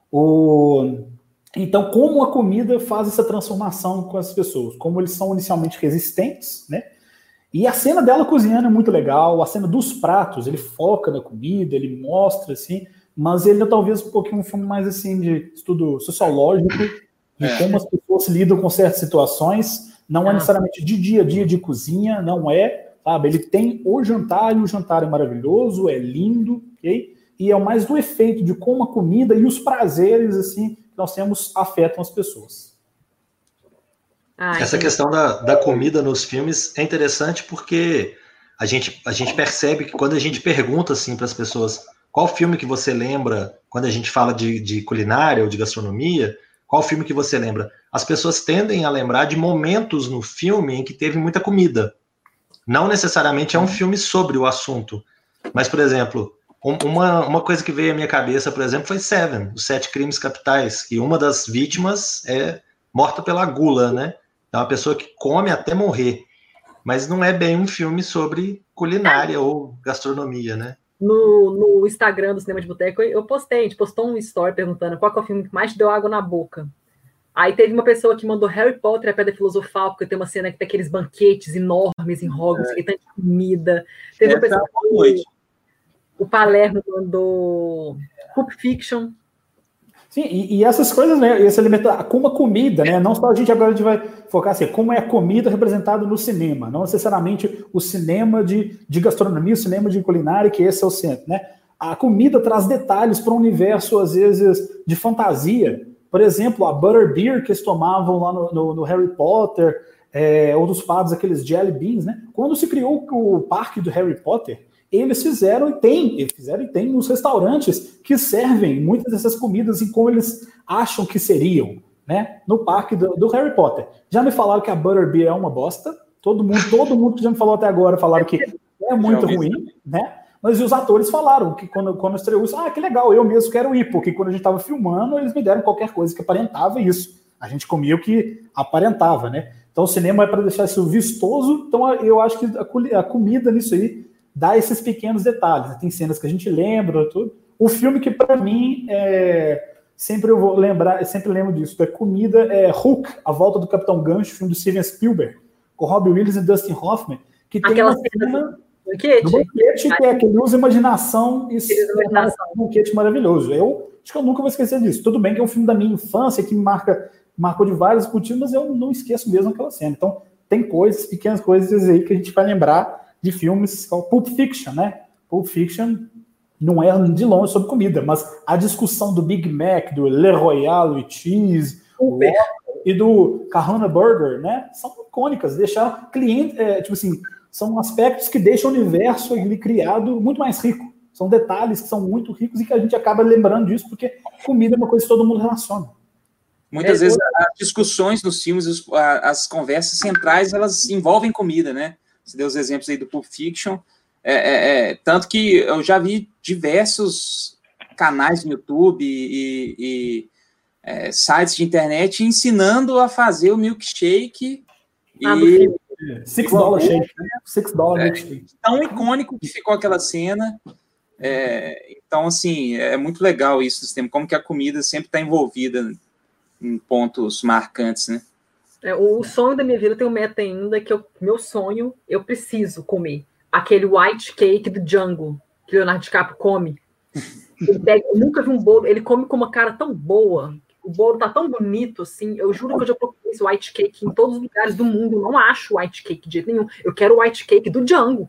Então, como a comida faz essa transformação com as pessoas, como eles são inicialmente resistentes, né? E a cena dela cozinhando é muito legal, a cena dos pratos, ele foca na comida, ele mostra, assim, mas ele é talvez um pouquinho um filme mais, assim, de estudo sociológico, de como as pessoas lidam com certas situações, não é necessariamente de dia a dia de cozinha, não é, sabe? Ele tem o jantar, e o jantar é maravilhoso, é lindo, ok? E é mais do efeito de como a comida e os prazeres, assim, que nós temos afetam as pessoas. Essa questão da comida nos filmes é interessante porque a gente percebe que quando a gente pergunta assim para as pessoas qual filme que você lembra, quando a gente fala de culinária ou de gastronomia, qual filme que você lembra? As pessoas tendem a lembrar de momentos no filme em que teve muita comida. Não necessariamente é um filme sobre o assunto. Mas, por exemplo, uma coisa que veio à minha cabeça, por exemplo, foi Seven, os 7 Crimes Capitais, que uma das vítimas é morta pela gula, né? É uma pessoa que come até morrer. Mas não é bem um filme sobre culinária ou gastronomia, né? No Instagram do Cinema de Boteco, a gente postou um story perguntando qual que é o filme que mais te deu água na boca. Aí teve uma pessoa que mandou Harry Potter, a Pedra Filosofal, porque tem uma cena que tem aqueles banquetes enormes em Hogwarts, que tem comida. Teve uma pessoa que o Palermo mandou Pulp Fiction. Sim, e essas coisas, né, esse elemento, como a comida, né, não só agora a gente vai focar assim, como é a comida representada no cinema, não necessariamente o cinema de gastronomia, o cinema de culinária, que esse é o centro, né, a comida traz detalhes para um universo, às vezes, de fantasia, por exemplo, a Butterbeer que eles tomavam lá no Harry Potter, ou dos fados, aqueles jelly beans, né, quando se criou o parque do Harry Potter, eles fizeram e tem nos restaurantes que servem muitas dessas comidas em como eles acham que seriam, né? No parque do Harry Potter. Já me falaram que a Butterbeer é uma bosta. Todo mundo que já me falou até agora falaram que é muito ruim, né? Mas os atores falaram que quando estreou isso, que legal, eu mesmo quero ir, porque quando a gente estava filmando, eles me deram qualquer coisa que aparentava isso. A gente comia o que aparentava, né? Então o cinema é para deixar isso vistoso, então eu acho que a comida nisso aí dá esses pequenos detalhes. Tem cenas que a gente lembra, tudo. O filme que para mim sempre eu vou lembrar, eu sempre lembro disso, é comida, Hook, A Volta do Capitão Gancho, filme do Steven Spielberg, com Robin Williams e Dustin Hoffman, que tem aquela uma cena do banquete, que é que ele usa imaginação e um banquete maravilhoso. Eu acho que eu nunca vou esquecer disso. Tudo bem que é um filme da minha infância que me marcou de vários motivos, mas eu não esqueço mesmo aquela cena. Então, tem pequenas coisas aí que a gente vai lembrar de filmes como Pulp Fiction, né? Pulp Fiction não é de longe sobre comida, mas a discussão do Big Mac, do Le Royale with Cheese, e do Kahuna Burger, né? São icônicas, deixaram cliente, tipo assim, são aspectos que deixam o universo ali criado muito mais rico. São detalhes que são muito ricos e que a gente acaba lembrando disso, porque comida é uma coisa que todo mundo relaciona. Muitas vezes as discussões nos filmes, as conversas centrais, elas envolvem comida, né? Você deu os exemplos aí do Pulp Fiction. Tanto que eu já vi diversos canais no YouTube e sites de internet ensinando a fazer o milkshake e $6 shake, né? $6 milkshake. Tão icônico que ficou aquela cena. Então, assim, é muito legal isso do sistema, como que a comida sempre está envolvida em pontos marcantes, né? O sonho da minha vida tem um meta ainda, que meu sonho, eu preciso comer aquele white cake do Django, que Leonardo DiCaprio come. Eu nunca vi um bolo, ele come com uma cara tão boa, o bolo tá tão bonito, assim, eu juro que eu já procurei esse white cake em todos os lugares do mundo, eu não acho white cake de jeito nenhum, eu quero o white cake do Django.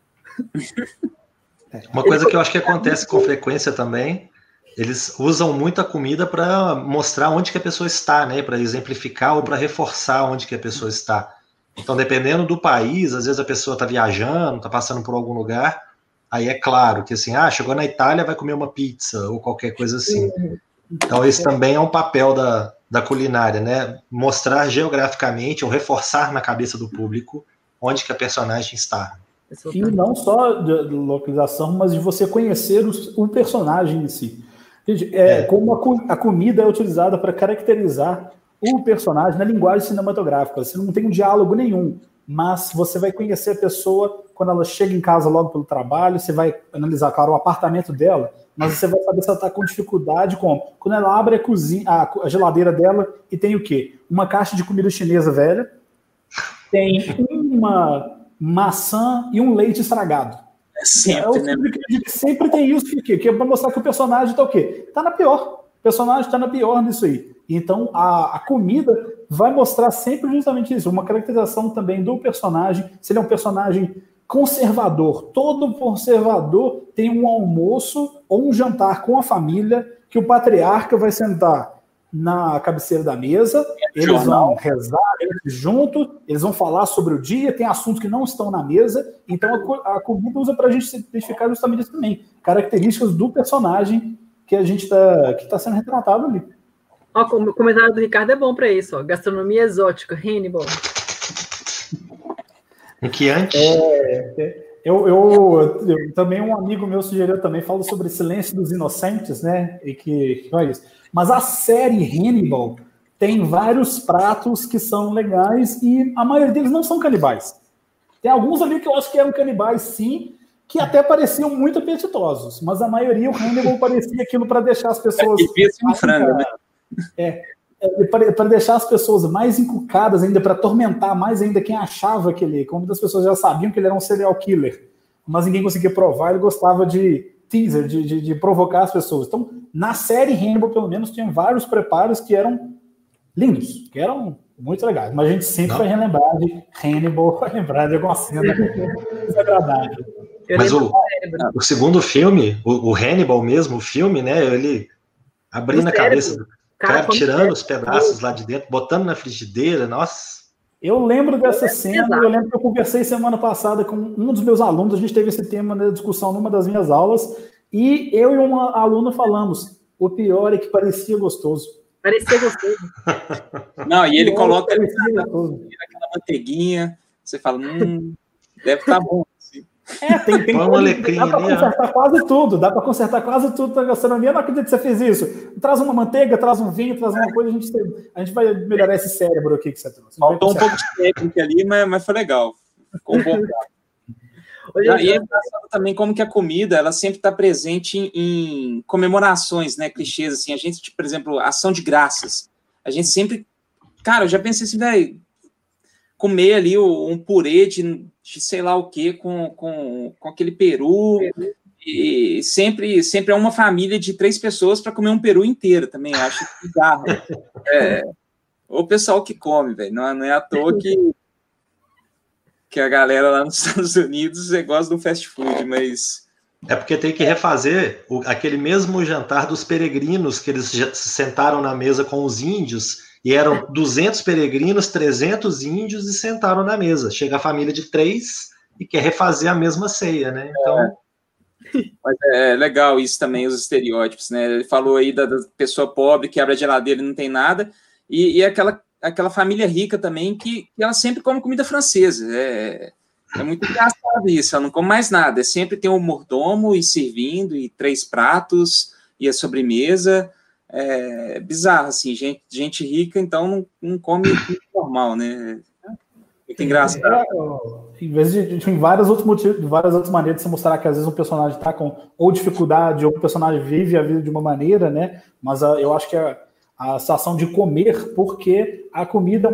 Uma coisa que eu acho que acontece com frequência também, eles usam muito a comida para mostrar onde que a pessoa está, né? Para exemplificar ou para reforçar onde que a pessoa está. Então, dependendo do país, às vezes a pessoa está viajando, está passando por algum lugar, aí é claro que assim, chegou na Itália, vai comer uma pizza ou qualquer coisa assim. Então, esse também é um papel da culinária, né? Mostrar geograficamente ou reforçar na cabeça do público onde que a personagem está. E não só de localização, mas de você conhecer o personagem em si. Gente, como a comida é utilizada para caracterizar o personagem na linguagem cinematográfica. Você não tem um diálogo nenhum, mas você vai conhecer a pessoa quando ela chega em casa logo pelo trabalho, você vai analisar, claro, o apartamento dela, mas você vai saber se ela está com dificuldade quando ela abre a geladeira dela e tem o quê? Uma caixa de comida chinesa velha, tem uma maçã e um leite estragado. Sempre, né? Sempre tem isso, que é para mostrar que o personagem está o quê? Está na pior. O personagem está na pior nisso aí. Então, a comida vai mostrar sempre justamente isso, uma caracterização também do personagem. Se ele é um personagem conservador, todo conservador tem um almoço ou um jantar com a família, que o patriarca vai sentar na cabeceira da mesa, eles vão rezar juntos, eles vão falar sobre o dia, tem assuntos que não estão na mesa, então a comida usa para a gente identificar justamente isso também, características do personagem que a gente que está sendo retratado ali. O comentário do Ricardo é bom para isso, gastronomia exótica, Hannibal. O que antes? Eu também, um amigo meu sugeriu também, fala sobre Silêncio dos Inocentes, né? E que olha isso. Mas a série Hannibal tem vários pratos que são legais e a maioria deles não são canibais. Tem alguns ali que eu acho que eram canibais, sim, que até pareciam muito apetitosos, mas a maioria, o Hannibal parecia aquilo para deixar as pessoas... para deixar as pessoas mais encucadas ainda, para atormentar mais ainda quem achava que ele... Como muitas pessoas já sabiam que ele era um serial killer, mas ninguém conseguia provar, ele gostava de teaser, de provocar as pessoas. Então, na série Hannibal, pelo menos, tinha vários preparos que eram lindos, que eram muito legais, mas a gente sempre vai relembrar de Hannibal, vai lembrar de alguma cena desagradável. Mas o segundo filme, o Hannibal mesmo, o filme, né, ele abrindo a cabeça do cara, tirando os pedaços lá de dentro, botando na frigideira, nossa. Eu lembro dessa cena, eu lembro que eu conversei semana passada com um dos meus alunos, a gente teve esse tema na discussão numa das minhas aulas, e eu e uma aluna falamos, o pior é que parecia gostoso. Parecia gostoso. Não, e ele coloca aquela manteiguinha, você fala, deve estar bom. Assim. Tem um alecrim dá para consertar quase tudo, dá para consertar quase tudo da gastronomia. Eu não acredito que você fez isso. Traz uma manteiga, traz um vinho, traz uma coisa, a gente vai melhorar esse cérebro aqui que você trouxe. Faltou um pouco de técnica ali, mas foi legal. Ficou bom. E é engraçado também como que a comida, ela sempre está presente em comemorações, né, clichês, assim, a gente, tipo, por exemplo, ação de graças, a gente sempre, cara, eu já pensei assim, velho, comer ali um purê de sei lá o que com aquele peru, e sempre é uma família de 3 pessoas para comer um peru inteiro também, eu acho bizarro. O pessoal que come, velho, não é à toa que a galera lá nos Estados Unidos gosta do fast food, mas... É porque tem que refazer aquele mesmo jantar dos peregrinos, que eles se sentaram na mesa com os índios, e eram 200 peregrinos, 300 índios, e sentaram na mesa. Chega a família de 3 e quer refazer a mesma ceia, né? Então... Mas é legal isso também, os estereótipos, né? Ele falou aí da pessoa pobre que abre a geladeira e não tem nada, e aquela família rica também que ela sempre come comida francesa. É muito engraçado isso, ela não come mais nada. Sempre tem um mordomo e servindo, e 3 pratos, e a sobremesa. É bizarro, assim, gente rica, então não come normal, né? Muito engraçado. Em vez de tem vários outros motivos, várias outras maneiras de você mostrar que às vezes um personagem está com ou dificuldade, ou o personagem vive a vida de uma maneira, né? Mas eu acho que a situação de comer, porque a comida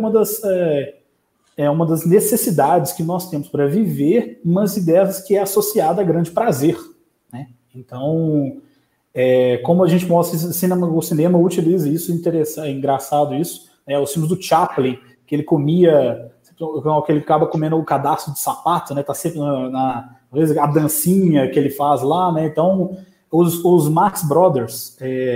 é uma das necessidades que nós temos para viver, mas ideias que é associada a grande prazer, né? Então, como a gente mostra, o cinema utiliza isso, é engraçado isso, né? Os filmes do Chaplin, que ele comia, que ele acaba comendo o cadastro de sapato, né? Tá sempre a dancinha que ele faz lá, né? Então, os Marx Brothers,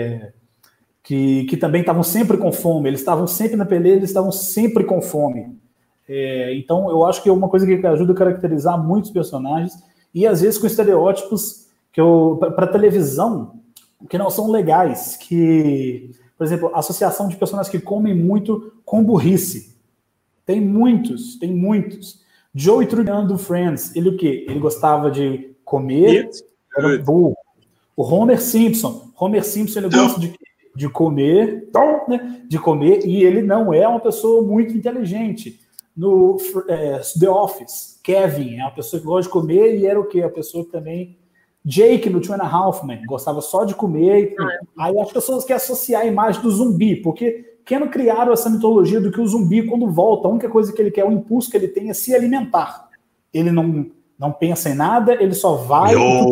que também estavam sempre com fome, eles estavam sempre na peleira, eles estavam sempre com fome. Então, eu acho que é uma coisa que ajuda a caracterizar muitos personagens, e às vezes com estereótipos para televisão, que não são legais, por exemplo, a associação de personagens que comem muito com burrice. Tem muitos. Joey Tribbiani do Friends, ele o quê? Ele gostava de comer, era burro. O Homer Simpson ele gosta de comer, né? De comer, e ele não é uma pessoa muito inteligente. No The Office, Kevin é uma pessoa que gosta de comer, e era o quê? A pessoa que também... Jake, no 2.5 Men, gostava só de comer. Aí as pessoas querem associar a imagem do zumbi, porque não criaram essa mitologia do que o zumbi, quando volta, a única coisa que ele quer, o impulso que ele tem é se alimentar. Ele não pensa em nada, ele só vai...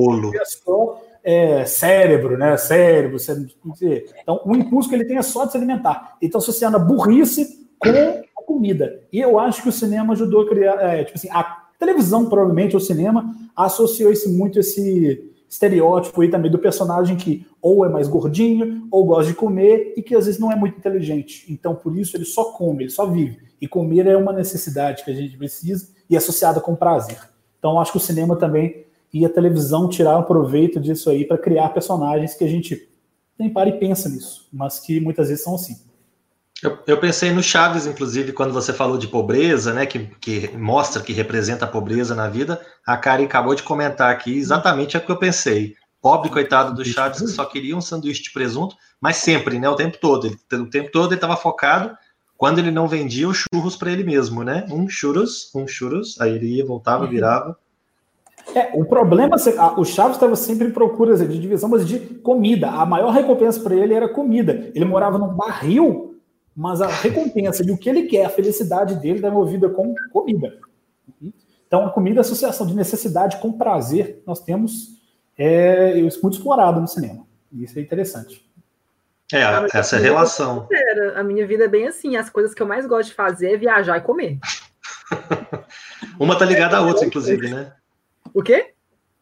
cérebro, né? Cérebro. Então, o impulso que ele tem é só de se alimentar. Então, associando a burrice com a comida. E eu acho que o cinema ajudou a criar... a televisão, provavelmente, ou o cinema, associou muito esse estereótipo aí também do personagem que ou é mais gordinho, ou gosta de comer, e que às vezes não é muito inteligente. Então, por isso, ele só come, ele só vive. E comer é uma necessidade que a gente precisa e é associada com prazer. Então, acho que o cinema também e a televisão tiraram proveito disso aí para criar personagens que a gente nem para e pensa nisso, mas que muitas vezes são assim. Eu pensei no Chaves, inclusive, quando você falou de pobreza, né, que mostra que representa a pobreza na vida. A Karen acabou de comentar aqui exatamente o que eu pensei. Pobre coitado do Chaves, que só queria um sanduíche de presunto, mas sempre, né, o tempo todo ele estava focado. Quando ele não vendia os churros para ele mesmo, né? Um churros, aí ele ia, voltava, virava. O problema, o Chaves estava sempre em procura de divisão, mas de comida. A maior recompensa para ele era comida. Ele morava num barril, mas a recompensa de o que ele quer, a felicidade dele, está envolvida com comida. Então, a comida é associação de necessidade com prazer, nós temos isso muito explorado no cinema. Isso é interessante. Essa relação. A minha vida é bem assim, as coisas que eu mais gosto de fazer é viajar e comer. Uma tá ligada à outra, inclusive, né? O quê?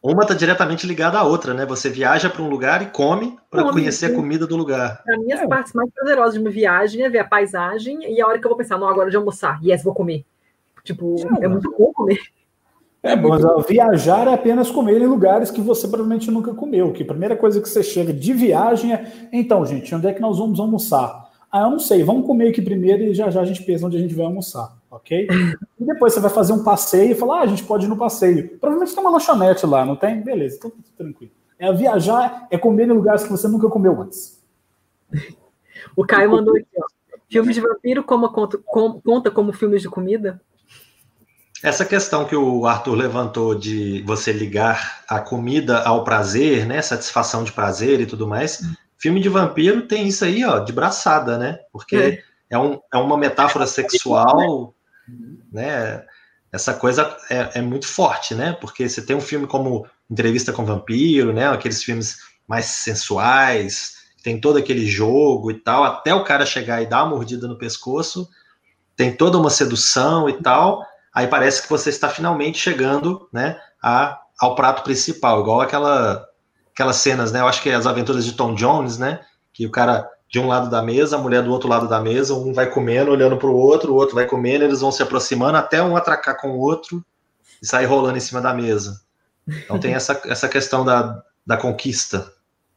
Uma está diretamente ligada à outra, né? Você viaja para um lugar e come para conhecer a comida do lugar. Para mim, as partes mais prazerosas de uma viagem é ver a paisagem e a hora que eu vou pensar, não, agora de almoçar, vou comer. Tipo, é muito bom comer. Mas viajar é apenas comer em lugares que você provavelmente nunca comeu. Que a primeira coisa que você chega de viagem é, então, gente, onde é que nós vamos almoçar? Eu não sei, vamos comer aqui primeiro e já a gente pensa onde a gente vai almoçar, ok? E depois você vai fazer um passeio e fala, a gente pode ir no passeio. Provavelmente tem uma lanchonete lá, não tem? Beleza, então tudo tranquilo. Viajar é comer em lugares que você nunca comeu antes. O Caio mandou aqui, ó. Filmes de vampiro conta como filmes de comida? Essa questão que o Arthur levantou de você ligar a comida ao prazer, né? Satisfação de prazer e tudo mais. Filme de vampiro tem isso aí, ó, de braçada, né? Porque é uma metáfora sexual, né? Essa coisa é muito forte, né? Porque você tem um filme como Entrevista com Vampiro, né? Aqueles filmes mais sensuais, tem todo aquele jogo e tal, até o cara chegar e dar uma mordida no pescoço, tem toda uma sedução e tal, aí parece que você está finalmente chegando, né, ao prato principal, igual aquelas cenas, né? Eu acho que é As Aventuras de Tom Jones, né? Que o cara de um lado da mesa, a mulher do outro lado da mesa, um vai comendo, olhando para o outro vai comendo, eles vão se aproximando até um atracar com o outro e sair rolando em cima da mesa. Então tem essa questão da conquista.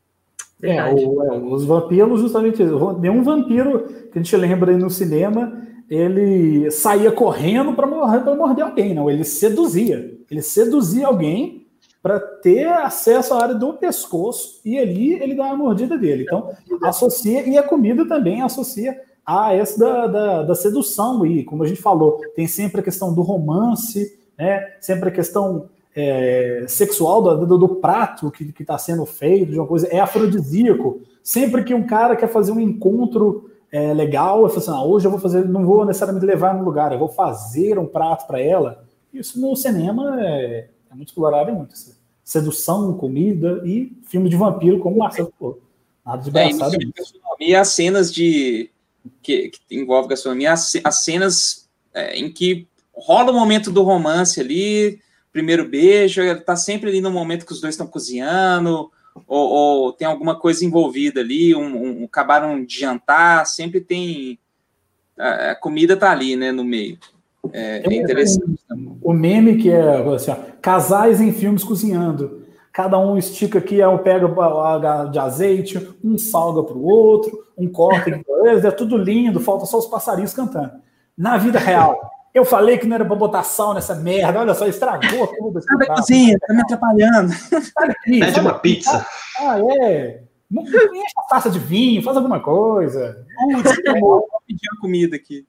Os vampiros, justamente, nenhum vampiro que a gente lembra aí no cinema, ele saía correndo para morder alguém, não, ele seduzia alguém para ter acesso à área do pescoço e ali ele dá uma mordida dele. Então, associa, e a comida também associa a essa da sedução, e como a gente falou, tem sempre a questão do romance, né? Sempre a questão sexual do prato que está sendo feito, de uma coisa, é afrodisíaco. Sempre que um cara quer fazer um encontro legal, eu falo assim, hoje eu vou fazer, não vou necessariamente levar no lugar, eu vou fazer um prato para ela. Isso no cinema é muito explorado, muito assim. Sedução, comida e filme de vampiro, como o Marcelo falou. Nada de braçada. E as cenas que envolve gastronomia, as cenas em que rola o momento do romance ali, primeiro beijo, tá sempre ali no momento que os dois estão cozinhando, ou tem alguma coisa envolvida ali, acabaram de jantar, sempre tem... A comida tá ali, né, no meio. É interessante. O meme que é assim, ó, casais em filmes cozinhando. Cada um estica aqui, pega de azeite, um salga para o outro, um corta, é tudo lindo, falta só os passarinhos cantando. Na vida real, eu falei que não era para botar sal nessa merda, olha só, estragou tudo. Sai da cozinha, tá me atrapalhando. Pede uma pizza. Não enche a taça de vinho, faz alguma coisa. Vou pedir uma comida aqui.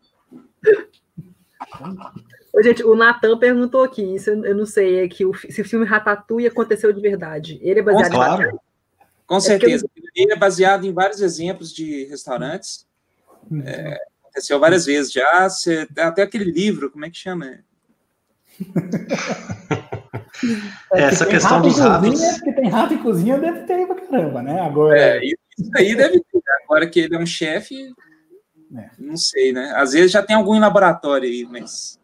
Gente, o Natan perguntou aqui, isso eu não sei, se o filme Ratatouille aconteceu de verdade. Ele é baseado em claro. Com certeza. Ele é baseado em vários exemplos de restaurantes. Aconteceu várias vezes já. Até aquele livro, como é que chama? Essa questão dos ratos. Que tem rato em cozinha, deve ter aí pra caramba, né? Agora... isso aí deve ter. Agora que ele é um chefe, não sei, né? Às vezes já tem algum em laboratório aí, mas...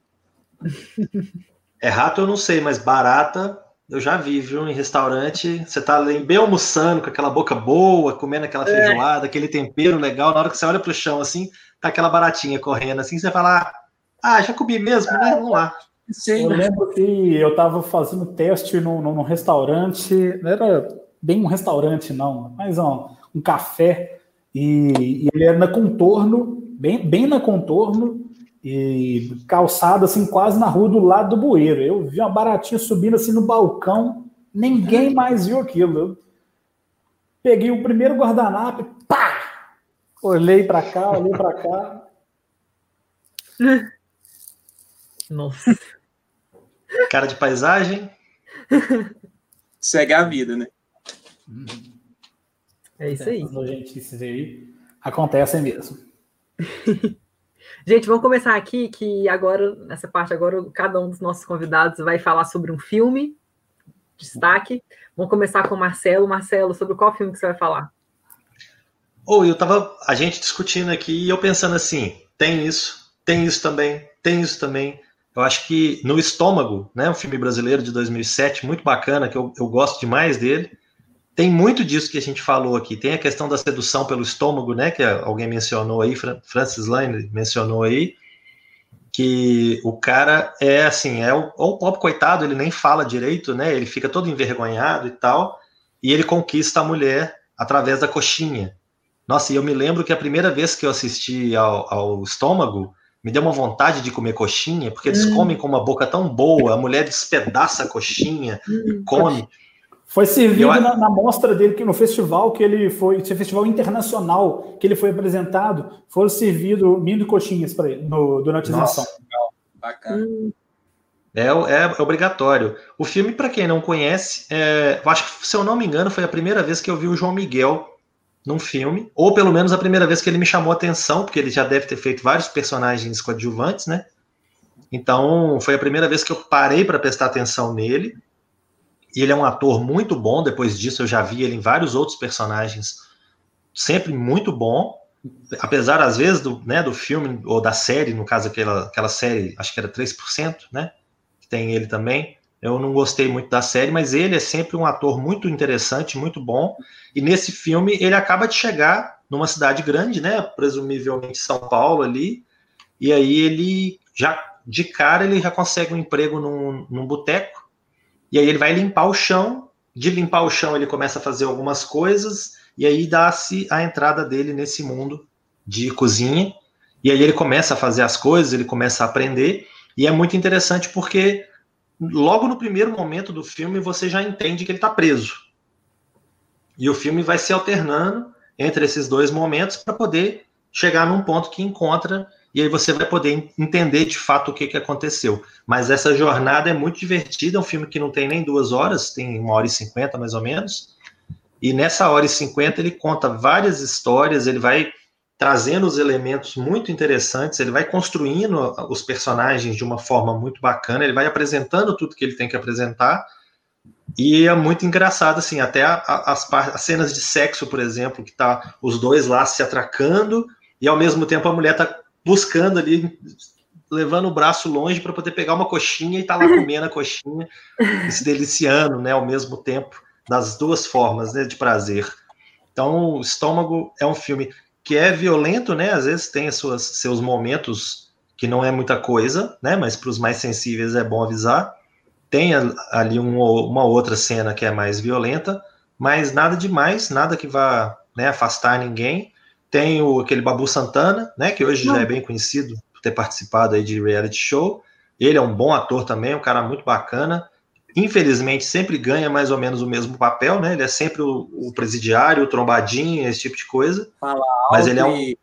Rato eu não sei, mas barata eu já vi, viu? Em restaurante, você tá ali bem almoçando, com aquela boca boa, comendo aquela feijoada, aquele tempero legal, na hora que você olha pro chão, assim, tá aquela baratinha correndo, assim, você fala, já comi mesmo, né? Vamos lá. Eu lembro que eu tava fazendo teste num restaurante, não era bem um restaurante não, mas um café, e ele era na Contorno, bem na Contorno, e calçada assim quase na rua do lado do bueiro. Eu vi uma baratinha subindo assim no balcão, ninguém mais viu aquilo. Eu peguei o primeiro guardanapo, pá! Olhei para cá. Nossa. Cara de paisagem. Segue a vida, né? É isso aí. Essas nojentices aí acontecem mesmo. Gente, vamos começar aqui, que agora, nessa parte agora, cada um dos nossos convidados vai falar sobre um filme, destaque. Vamos começar com o Marcelo. Marcelo, sobre qual filme que você vai falar? A gente discutindo aqui e eu pensando assim, tem isso também, Eu acho que no Estômago, né, um filme brasileiro de 2007, muito bacana, que eu gosto demais dele, tem muito disso que a gente falou aqui. Tem a questão da sedução pelo estômago, né, que alguém mencionou aí, Francis Lane mencionou aí, que o cara é assim, o pobre coitado, ele nem fala direito, né, ele fica todo envergonhado e tal, e ele conquista a mulher através da coxinha. Nossa, e eu me lembro que a primeira vez que eu assisti ao Estômago, me deu uma vontade de comer coxinha, porque eles comem com uma boca tão boa, a mulher despedaça a coxinha e come. Foi servido na mostra dele, que no festival que ele foi, esse festival internacional que ele foi apresentado, foram servidos mini coxinhas para ele durante a exibição. Bacana. É obrigatório. O filme, para quem não conhece, eu acho que, se eu não me engano, foi a primeira vez que eu vi o João Miguel num filme, ou pelo menos a primeira vez que ele me chamou a atenção, porque ele já deve ter feito vários personagens coadjuvantes, né? Então, foi a primeira vez que eu parei para prestar atenção nele. E ele é um ator muito bom. Depois disso, eu já vi ele em vários outros personagens, sempre muito bom. Apesar, às vezes, do filme, ou da série, no caso, aquela série, acho que era 3%, né? Que tem ele também. Eu não gostei muito da série, mas ele é sempre um ator muito interessante, muito bom. E nesse filme, ele acaba de chegar numa cidade grande, né? Presumivelmente São Paulo ali. E aí ele, já de cara, ele já consegue um emprego num boteco. E aí ele vai limpar o chão. De limpar o chão, ele começa a fazer algumas coisas. E aí dá-se a entrada dele nesse mundo de cozinha. E aí ele começa a fazer as coisas, ele começa a aprender. E é muito interessante porque logo no primeiro momento do filme você já entende que ele está preso. E o filme vai se alternando entre esses dois momentos para poder chegar num ponto que encontra, e aí você vai poder entender de fato o que aconteceu. Mas essa jornada é muito divertida, é um filme que não tem nem 2 horas, tem 1h50 mais ou menos, e nessa 1h50 ele conta várias histórias, ele vai trazendo os elementos muito interessantes, ele vai construindo os personagens de uma forma muito bacana, ele vai apresentando tudo que ele tem que apresentar, e é muito engraçado, assim, até as cenas de sexo, por exemplo, que tá os dois lá se atracando, e ao mesmo tempo a mulher tá buscando ali, levando o braço longe para poder pegar uma coxinha e tá lá comendo a coxinha e se deliciando, né, ao mesmo tempo, das duas formas, né, de prazer. Então, o Estômago é um filme que é violento, né, às vezes tem seus momentos que não é muita coisa, né, mas para os mais sensíveis é bom avisar. Tem ali uma outra cena que é mais violenta, mas nada demais, nada que vá, né, afastar ninguém. Tem aquele Babu Santana, né, que hoje já é bem conhecido por ter participado aí de reality show. Ele é um bom ator também, um cara muito bacana. Infelizmente, sempre ganha mais ou menos o mesmo papel, né? Ele é sempre o presidiário, o trombadinho, esse tipo de coisa. Fala mas ele é um...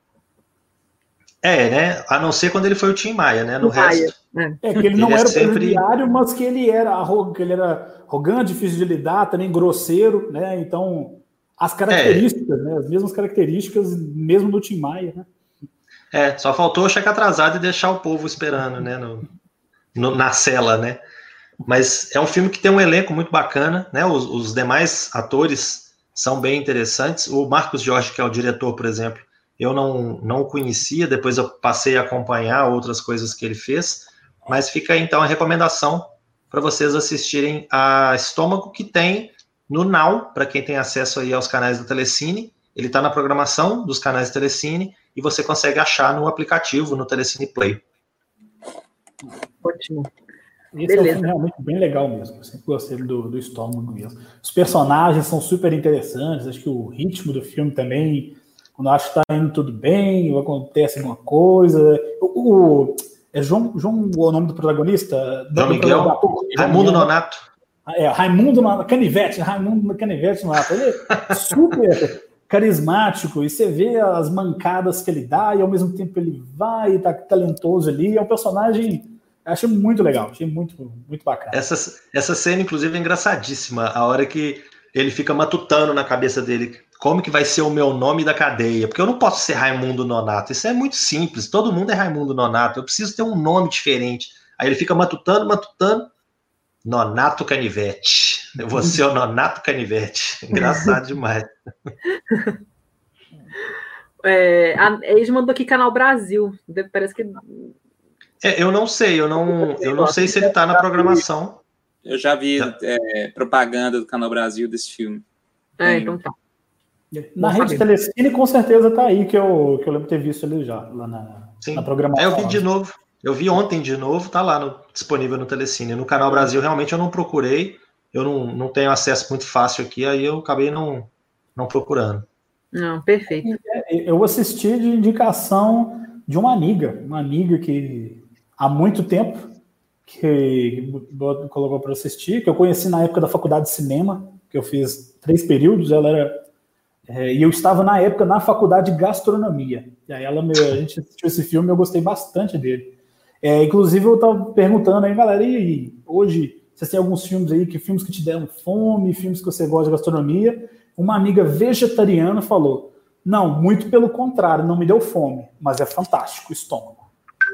né? A não ser quando ele foi o Tim Maia, né? No resto... que ele não era o presidiário, mas que ele era arrogante, difícil de lidar, também grosseiro, né? Então, as características, né? As mesmas características mesmo do Tim Maia, né? Só faltou chegar atrasado e deixar o povo esperando, né? Na cela, né? Mas é um filme que tem um elenco muito bacana, né? Os demais atores são bem interessantes. O Marcos Jorge, que é o diretor, por exemplo, eu não o conhecia, depois eu passei a acompanhar outras coisas que ele fez, mas fica aí, então, a recomendação para vocês assistirem a Estômago, que tem no Now, para quem tem acesso aí aos canais do Telecine. Ele está na programação dos canais do Telecine e você consegue achar no aplicativo, no Telecine Play. Ótimo. Esse é um filme realmente bem legal mesmo. Eu sempre gostei do Estômago mesmo. Os personagens são super interessantes. Acho que o ritmo do filme também, quando eu acho que está indo tudo bem, acontece alguma coisa. João, o nome do protagonista? João Miguel. Raimundo Nonato. Raimundo Canivete Nonato. Ele é super carismático, e você vê as mancadas que ele dá, e ao mesmo tempo ele vai e tá talentoso ali. É um personagem... Achei muito legal, achei muito, muito bacana. Essa cena, inclusive, é engraçadíssima. A hora que ele fica matutando na cabeça dele como que vai ser o meu nome da cadeia. Porque eu não posso ser Raimundo Nonato. Isso é muito simples. Todo mundo é Raimundo Nonato. Eu preciso ter um nome diferente. Aí ele fica matutando. Nonato Canivete. Eu vou ser o Nonato Canivete. Engraçado demais. A Eide mandou aqui Canal Brasil. Parece que... Eu não sei, eu não sei se ele está na programação. Eu já vi propaganda do Canal Brasil desse filme. Então tá. Na rede Telecine, com certeza tá aí, que eu lembro de ter visto ele já, lá na programação. Eu vi de novo. Eu vi ontem de novo, tá lá disponível no Telecine. No Canal Brasil, realmente, eu não procurei. Eu não tenho acesso muito fácil aqui, aí eu acabei não procurando. Não, perfeito. Eu assisti de indicação de uma amiga que há muito tempo que colocou para assistir, que eu conheci na época da faculdade de cinema, que eu fiz 3 períodos, e eu estava na época na faculdade de gastronomia. E aí a gente assistiu esse filme e eu gostei bastante dele. Inclusive eu estava perguntando aí, galera, e hoje vocês têm alguns filmes aí, filmes que te deram fome, filmes que você gosta de gastronomia? Uma amiga vegetariana falou, não, muito pelo contrário, não me deu fome, mas é fantástico o estômago.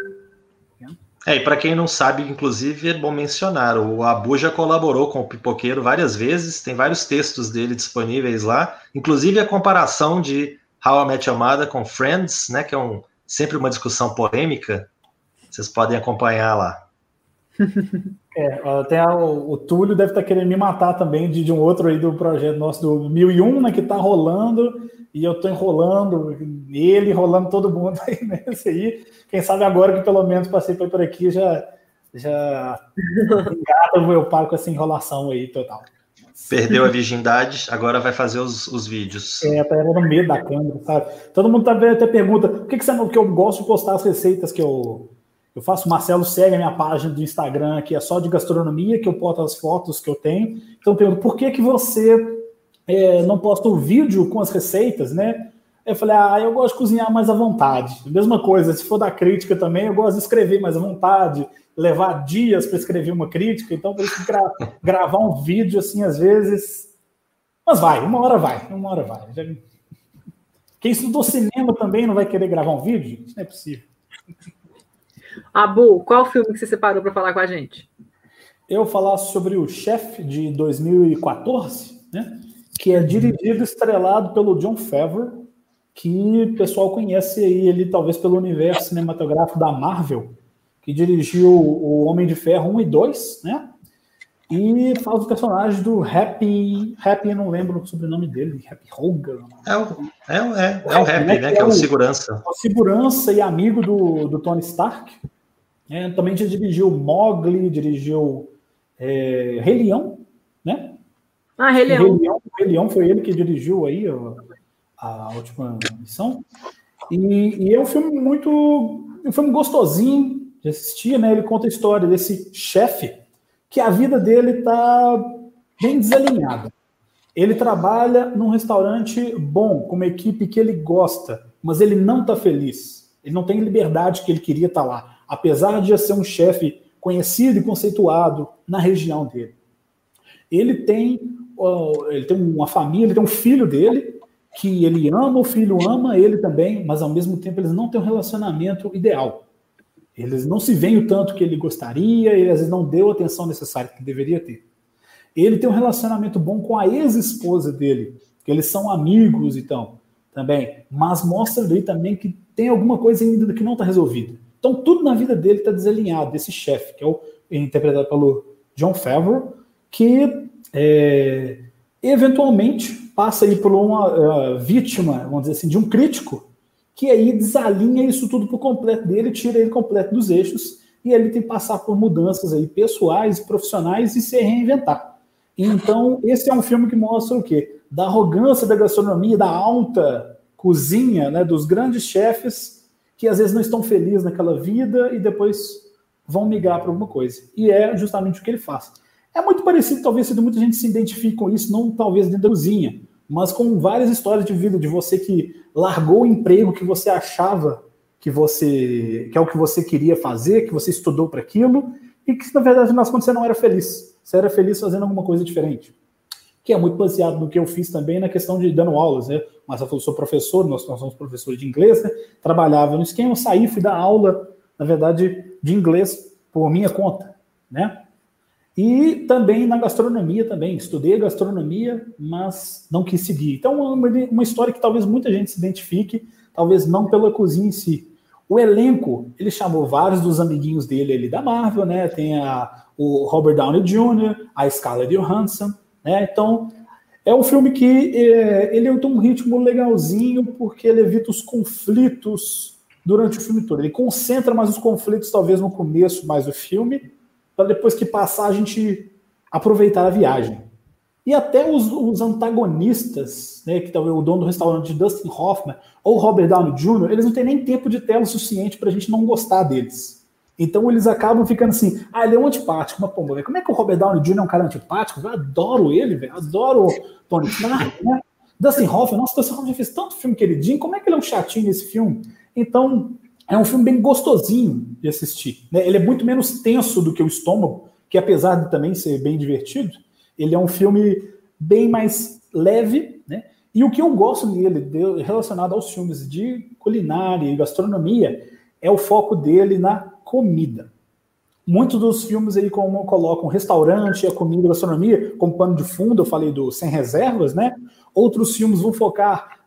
E para quem não sabe, inclusive, é bom mencionar, o Abu já colaborou com o Pipoqueiro várias vezes, tem vários textos dele disponíveis lá, inclusive a comparação de How I Met Your Mother com Friends, né, que é sempre uma discussão polêmica, vocês podem acompanhar lá. Até o Túlio deve estar querendo me matar também de um outro aí do projeto nosso do 1001, né, que está rolando, e eu estou enrolando ele, enrolando todo mundo aí nesse aí. Quem sabe agora que pelo menos passei por aqui já eu paro com essa enrolação aí total. Perdeu a virgindade, agora vai fazer os vídeos. Tá no meio da câmera, sabe? Todo mundo até pergunta, por que você não, que eu gosto de postar as receitas que eu faço? O Marcelo segue a minha página do Instagram, que é só de gastronomia, que eu posto as fotos que eu tenho. Então eu pergunto, por que você não posta o vídeo com as receitas, né? Eu falei, eu gosto de cozinhar mais à vontade. Mesma coisa, se for da crítica também, eu gosto de escrever mais à vontade, levar dias para escrever uma crítica, então por isso gravar um vídeo assim, às vezes... Mas uma hora vai. Quem estudou cinema também não vai querer gravar um vídeo? Isso não é possível. Abu, qual filme que você separou para falar com a gente? Eu vou falar sobre O Chefe, de 2014, né? Que é dirigido e estrelado pelo Jon Favreau, que o pessoal conhece aí, ele talvez pelo universo cinematográfico da Marvel, que dirigiu o Homem de Ferro 1 e 2, né? E faz o personagem do Happy, eu não lembro o sobrenome dele, Happy Hogan. É o Happy, né? Que é o segurança. O segurança e amigo do Tony Stark. Também dirigiu Mowgli, dirigiu Rei Leão, né? Rei Leão. Rei Leão foi ele que dirigiu aí a última missão. E é um filme gostosinho de assistir, né? Ele conta a história desse chefe, que a vida dele está bem desalinhada. Ele trabalha num restaurante bom, com uma equipe que ele gosta, mas ele não está feliz. Ele não tem liberdade que ele queria estar lá, apesar de ser um chefe conhecido e conceituado na região dele. Ele tem uma família, ele tem um filho dele, que ele ama, o filho ama ele também, mas ao mesmo tempo eles não têm um relacionamento ideal. Eles não se veem o tanto que ele gostaria, ele às vezes não deu a atenção necessária que deveria ter. Ele tem um relacionamento bom com a ex-esposa dele, que eles são amigos então, também, mas mostra ali também que tem alguma coisa ainda que não está resolvida. Então tudo na vida dele está desalinhado, desse chefe, que é interpretado pelo Jon Favreau, que eventualmente passa aí por uma vítima, vamos dizer assim, de um crítico, que aí desalinha isso tudo por completo dele, tira ele completo dos eixos, e ele tem que passar por mudanças aí pessoais, profissionais e se reinventar. Então, esse é um filme que mostra o quê? Da arrogância da gastronomia, da alta cozinha, né, dos grandes chefes, que às vezes não estão felizes naquela vida e depois vão migrar para alguma coisa. E é justamente o que ele faz. É muito parecido, talvez, se muita gente se identifique com isso, não talvez dentro da cozinha, mas com várias histórias de vida, de você que largou o emprego que você achava que é o que você queria fazer, que você estudou para aquilo, e que, na verdade, nas contas, você não era feliz. Você era feliz fazendo alguma coisa diferente. Que é muito baseado no que eu fiz também na questão de dando aulas, né? Mas eu sou professor, nós somos professores de inglês, né? Trabalhava no esquema, eu saí, fui dar aula, na verdade, de inglês por minha conta, né? E também na gastronomia também. Estudei gastronomia, mas não quis seguir. Então, uma história que talvez muita gente se identifique, talvez não pela cozinha em si. O elenco, ele chamou vários dos amiguinhos dele ali da Marvel, né? Tem o Robert Downey Jr., a Scarlett Johansson, né? Então, é um filme que ele tem um ritmo legalzinho, porque ele evita os conflitos durante o filme todo. Ele concentra mais os conflitos, talvez, no começo mais do filme, para depois que passar a gente aproveitar a viagem. E até os antagonistas, né, que talvez o dono do restaurante, Dustin Hoffman, ou Robert Downey Jr., eles não têm nem tempo de tela suficiente para a gente não gostar deles. Então eles acabam ficando assim, ele é um antipático, mas pô, como é que o Robert Downey Jr. é um cara antipático? Eu adoro ele, velho, adoro o Tony Stark, né? Dustin Hoffman, nossa, Dustin Hoffman já fez tanto filme queridinho, como é que ele é um chatinho nesse filme? Então, é um filme bem gostosinho de assistir, né? Ele é muito menos tenso do que o Estômago, que apesar de também ser bem divertido, ele é um filme bem mais leve, né? E o que eu gosto dele, relacionado aos filmes de culinária e gastronomia, é o foco dele na comida. Muitos dos filmes aí colocam o restaurante, a comida, a gastronomia como pano de fundo, eu falei do Sem Reservas, né? Outros filmes vão focar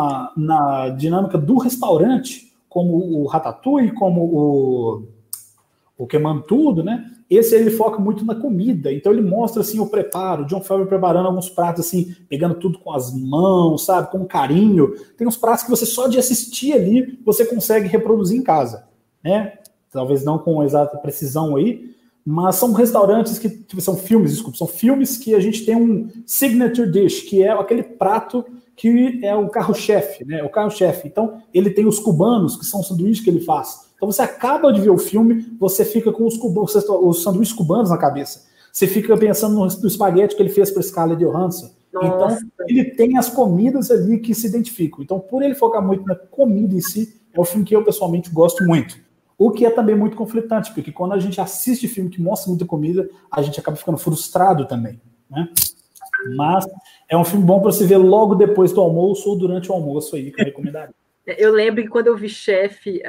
na dinâmica do restaurante, como o Ratatouille, como o Queimando Tudo, né? Esse ele foca muito na comida, então ele mostra assim o preparo, o Jon Favreau preparando alguns pratos assim, pegando tudo com as mãos, sabe, com carinho. Tem uns pratos que você só de assistir ali, você consegue reproduzir em casa, né? Talvez não com exata precisão aí, mas são restaurantes que, são filmes que a gente tem um signature dish, que é aquele prato que é o carro-chefe, né? O carro-chefe. Então, ele tem os cubanos, que são os sanduíches que ele faz. Então, você acaba de ver o filme, você fica com os sanduíches cubanos na cabeça. Você fica pensando no espaguete que ele fez para Scarlett Johansson. Nossa. Então, ele tem as comidas ali que se identificam. Então, por ele focar muito na comida em si, é um filme que eu, pessoalmente, gosto muito. O que é também muito conflitante, porque quando a gente assiste filme que mostra muita comida, a gente acaba ficando frustrado também, né? Mas é um filme bom para se ver logo depois do almoço ou durante o almoço aí, que eu recomendaria. Eu lembro que quando eu vi Chefe,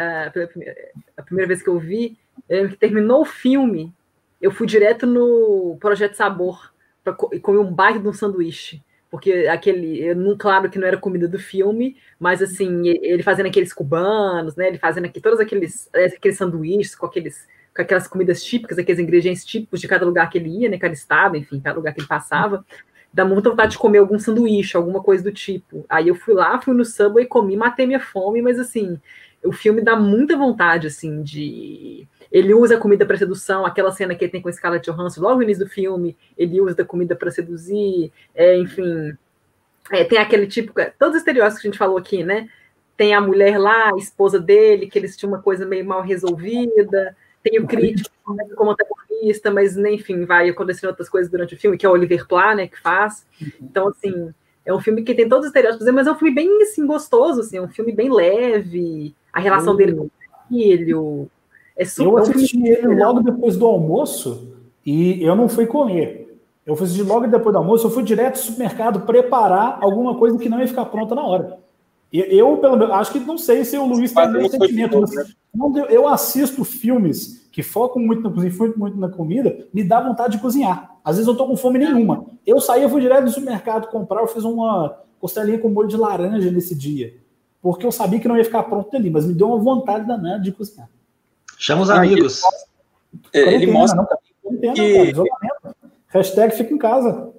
a primeira vez que eu vi, que terminou o filme, eu fui direto no Projeto Sabor e comi um baita de um sanduíche. Porque claro que não era comida do filme, mas assim, ele fazendo aqueles cubanos, né? Ele fazendo aqui todos aqueles sanduíches com aquelas comidas típicas, aqueles ingredientes típicos de cada lugar que ele ia, né? Cada estado, enfim, cada lugar que ele passava. Dá muita vontade de comer algum sanduíche, alguma coisa do tipo. Aí eu fui no Subway, comi, matei minha fome, mas assim, o filme dá muita vontade, assim, de... Ele usa a comida para sedução, aquela cena que ele tem com a Scarlett Johansson, logo no início do filme, ele usa a comida para seduzir, enfim... tem aquele tipo... Todos os estereótipos que a gente falou aqui, né? Tem a mulher lá, a esposa dele, que eles tinham uma coisa meio mal resolvida... Tem o crítico como antagonista, mas, enfim, vai acontecendo outras coisas durante o filme, que é o Oliver Platt, né, que faz. Então, assim, é um filme que tem todos os estereótipos, mas é um filme bem, assim, gostoso, assim, é um filme bem leve, a relação dele com o filho... Eu assisti ele logo depois do almoço e eu não fui comer. Eu fui assistir logo depois do almoço, eu fui direto ao supermercado preparar alguma coisa que não ia ficar pronta na hora. Eu, pelo menos, acho que não sei se o Luiz tem o mesmo sentimento, mas quando eu assisto filmes que focam muito na cozinha, muito na comida, me dá vontade de cozinhar. Às vezes eu tô com fome nenhuma. Eu fui direto do supermercado comprar, eu fiz uma costelinha com molho de laranja nesse dia, porque eu sabia que não ia ficar pronto ali, mas me deu uma vontade danada de cozinhar. Chama os amigos. Ele mostra que... Hashtag fica em casa.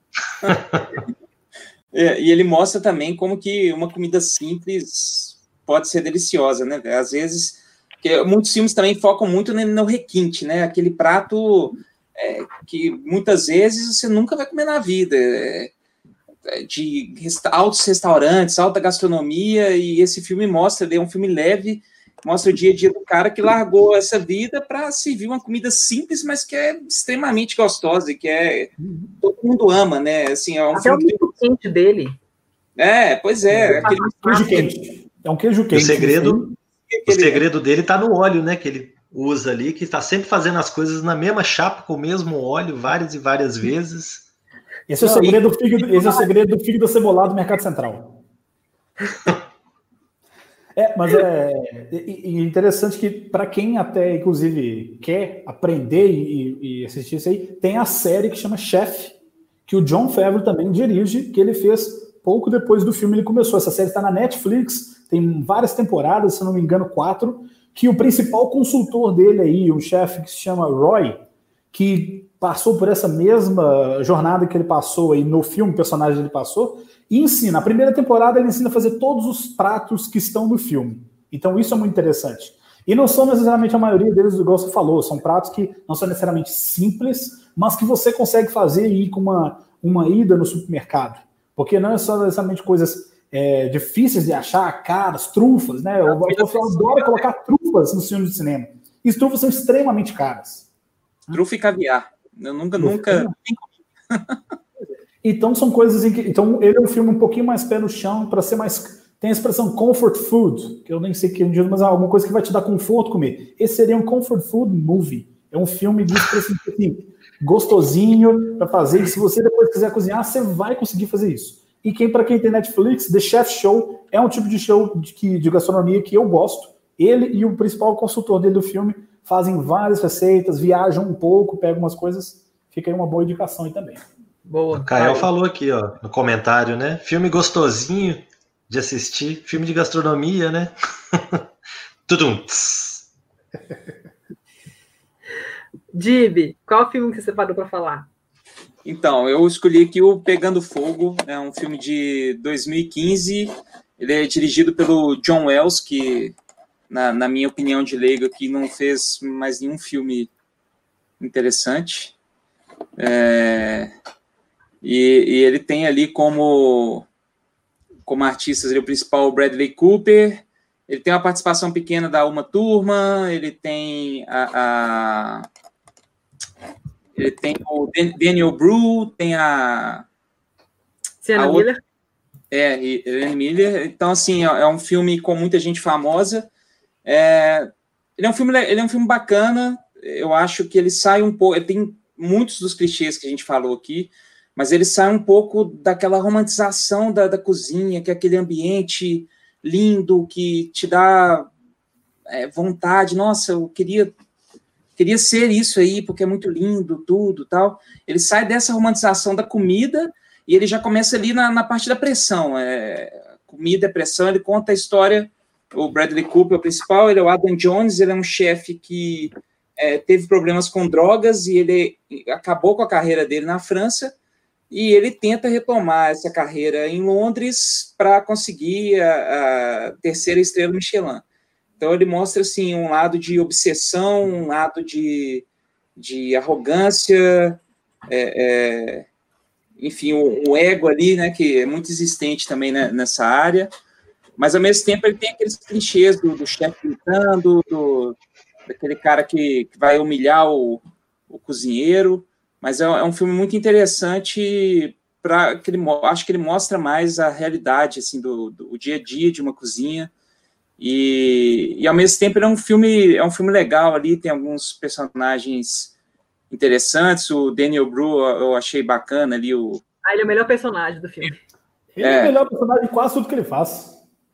E ele mostra também como que uma comida simples pode ser deliciosa, né? Às vezes, porque muitos filmes também focam muito no requinte, né? Aquele prato que muitas vezes você nunca vai comer na vida, de altos restaurantes, alta gastronomia, e esse filme mostra, ele é um filme leve, mostra o dia a dia do cara que largou essa vida para servir uma comida simples, mas que é extremamente gostosa e que todo mundo ama, né? Assim, é um até filme o misto quente dele. Pois é. Aquele queijo quente. É um queijo quente. O segredo dele está no óleo, né? Que ele usa ali, que está sempre fazendo as coisas na mesma chapa, com o mesmo óleo, várias e várias vezes. Esse é o segredo do fígado acebolado do Mercado Central. Mas é interessante que, para quem até, inclusive, quer aprender e assistir isso aí, tem a série que chama Chef, que o Jon Favreau também dirige, que ele fez pouco depois do filme ele começou. Essa série está na Netflix, tem várias temporadas, se não me engano, 4, que o principal consultor dele aí, um chefe que se chama Roy, que passou por essa mesma jornada que ele passou aí no filme, o personagem dele passou, e ensina. A primeira temporada ele ensina a fazer todos os pratos que estão no filme. Então isso é muito interessante. E não são necessariamente a maioria deles, igual você falou, são pratos que não são necessariamente simples, mas que você consegue fazer aí com uma ida no supermercado. Porque não é só necessariamente coisas difíceis de achar, caras, trufas, né? Eu adoro colocar trufas nos filmes de cinema. E as trufas são extremamente caras. Trufa e caviar. Eu nunca... Então são coisas em que... Então ele é um filme um pouquinho mais pé no chão, para ser mais... Tem a expressão comfort food, que eu nem sei que é, mas é alguma coisa que vai te dar conforto comer. Esse seria um comfort food movie. É um filme de assim, gostosinho para fazer. E se você depois quiser cozinhar, você vai conseguir fazer isso. E para quem tem Netflix, The Chef Show é um tipo de show de gastronomia que eu gosto. Ele e o principal consultor dele do filme fazem várias receitas, viajam um pouco, pegam umas coisas. Fica aí uma boa indicação aí também. Boa. O Caio falou aqui, ó, no comentário, né? Filme gostosinho de assistir, filme de gastronomia, né? Tudum. Dib, qual filme que você separou para falar? Então, eu escolhi aqui o Pegando Fogo, é um filme de 2015, ele é dirigido pelo John Wells, que, na minha opinião de leigo aqui, não fez mais nenhum filme interessante. E ele tem ali como artistas o principal Bradley Cooper, ele tem uma participação pequena da Uma Thurman, ele tem ele tem o Daniel Bru, tem a Sienna Miller. Helene Miller. Então, assim, é um filme com muita gente famosa. Ele é um filme bacana. Eu acho que ele sai um pouco... Ele tem muitos dos clichês que a gente falou aqui, mas ele sai um pouco daquela romantização da cozinha, que é aquele ambiente lindo, que te dá vontade. Nossa, eu queria ser isso aí, porque é muito lindo, tudo, tal. Ele sai dessa romantização da comida e ele já começa ali na parte da pressão. Comida é pressão, ele conta a história. O Bradley Cooper é o principal, ele é o Adam Jones, ele é um chefe que teve problemas com drogas e ele acabou com a carreira dele na França e ele tenta retomar essa carreira em Londres para conseguir a terceira estrela Michelin. Então ele mostra assim, um lado de obsessão, um lado de arrogância, enfim, o ego ali, né, que é muito existente também, né, nessa área, mas ao mesmo tempo ele tem aqueles clichês do chefe gritando, daquele cara que vai humilhar o cozinheiro, mas é um filme muito interessante, acho que ele mostra mais a realidade assim, do dia a dia de uma cozinha, e ao mesmo tempo ele é um filme legal ali, tem alguns personagens interessantes. O Daniel Bru eu achei bacana ali. Ele é o melhor personagem do filme. Ele é o melhor personagem de quase tudo que ele faz.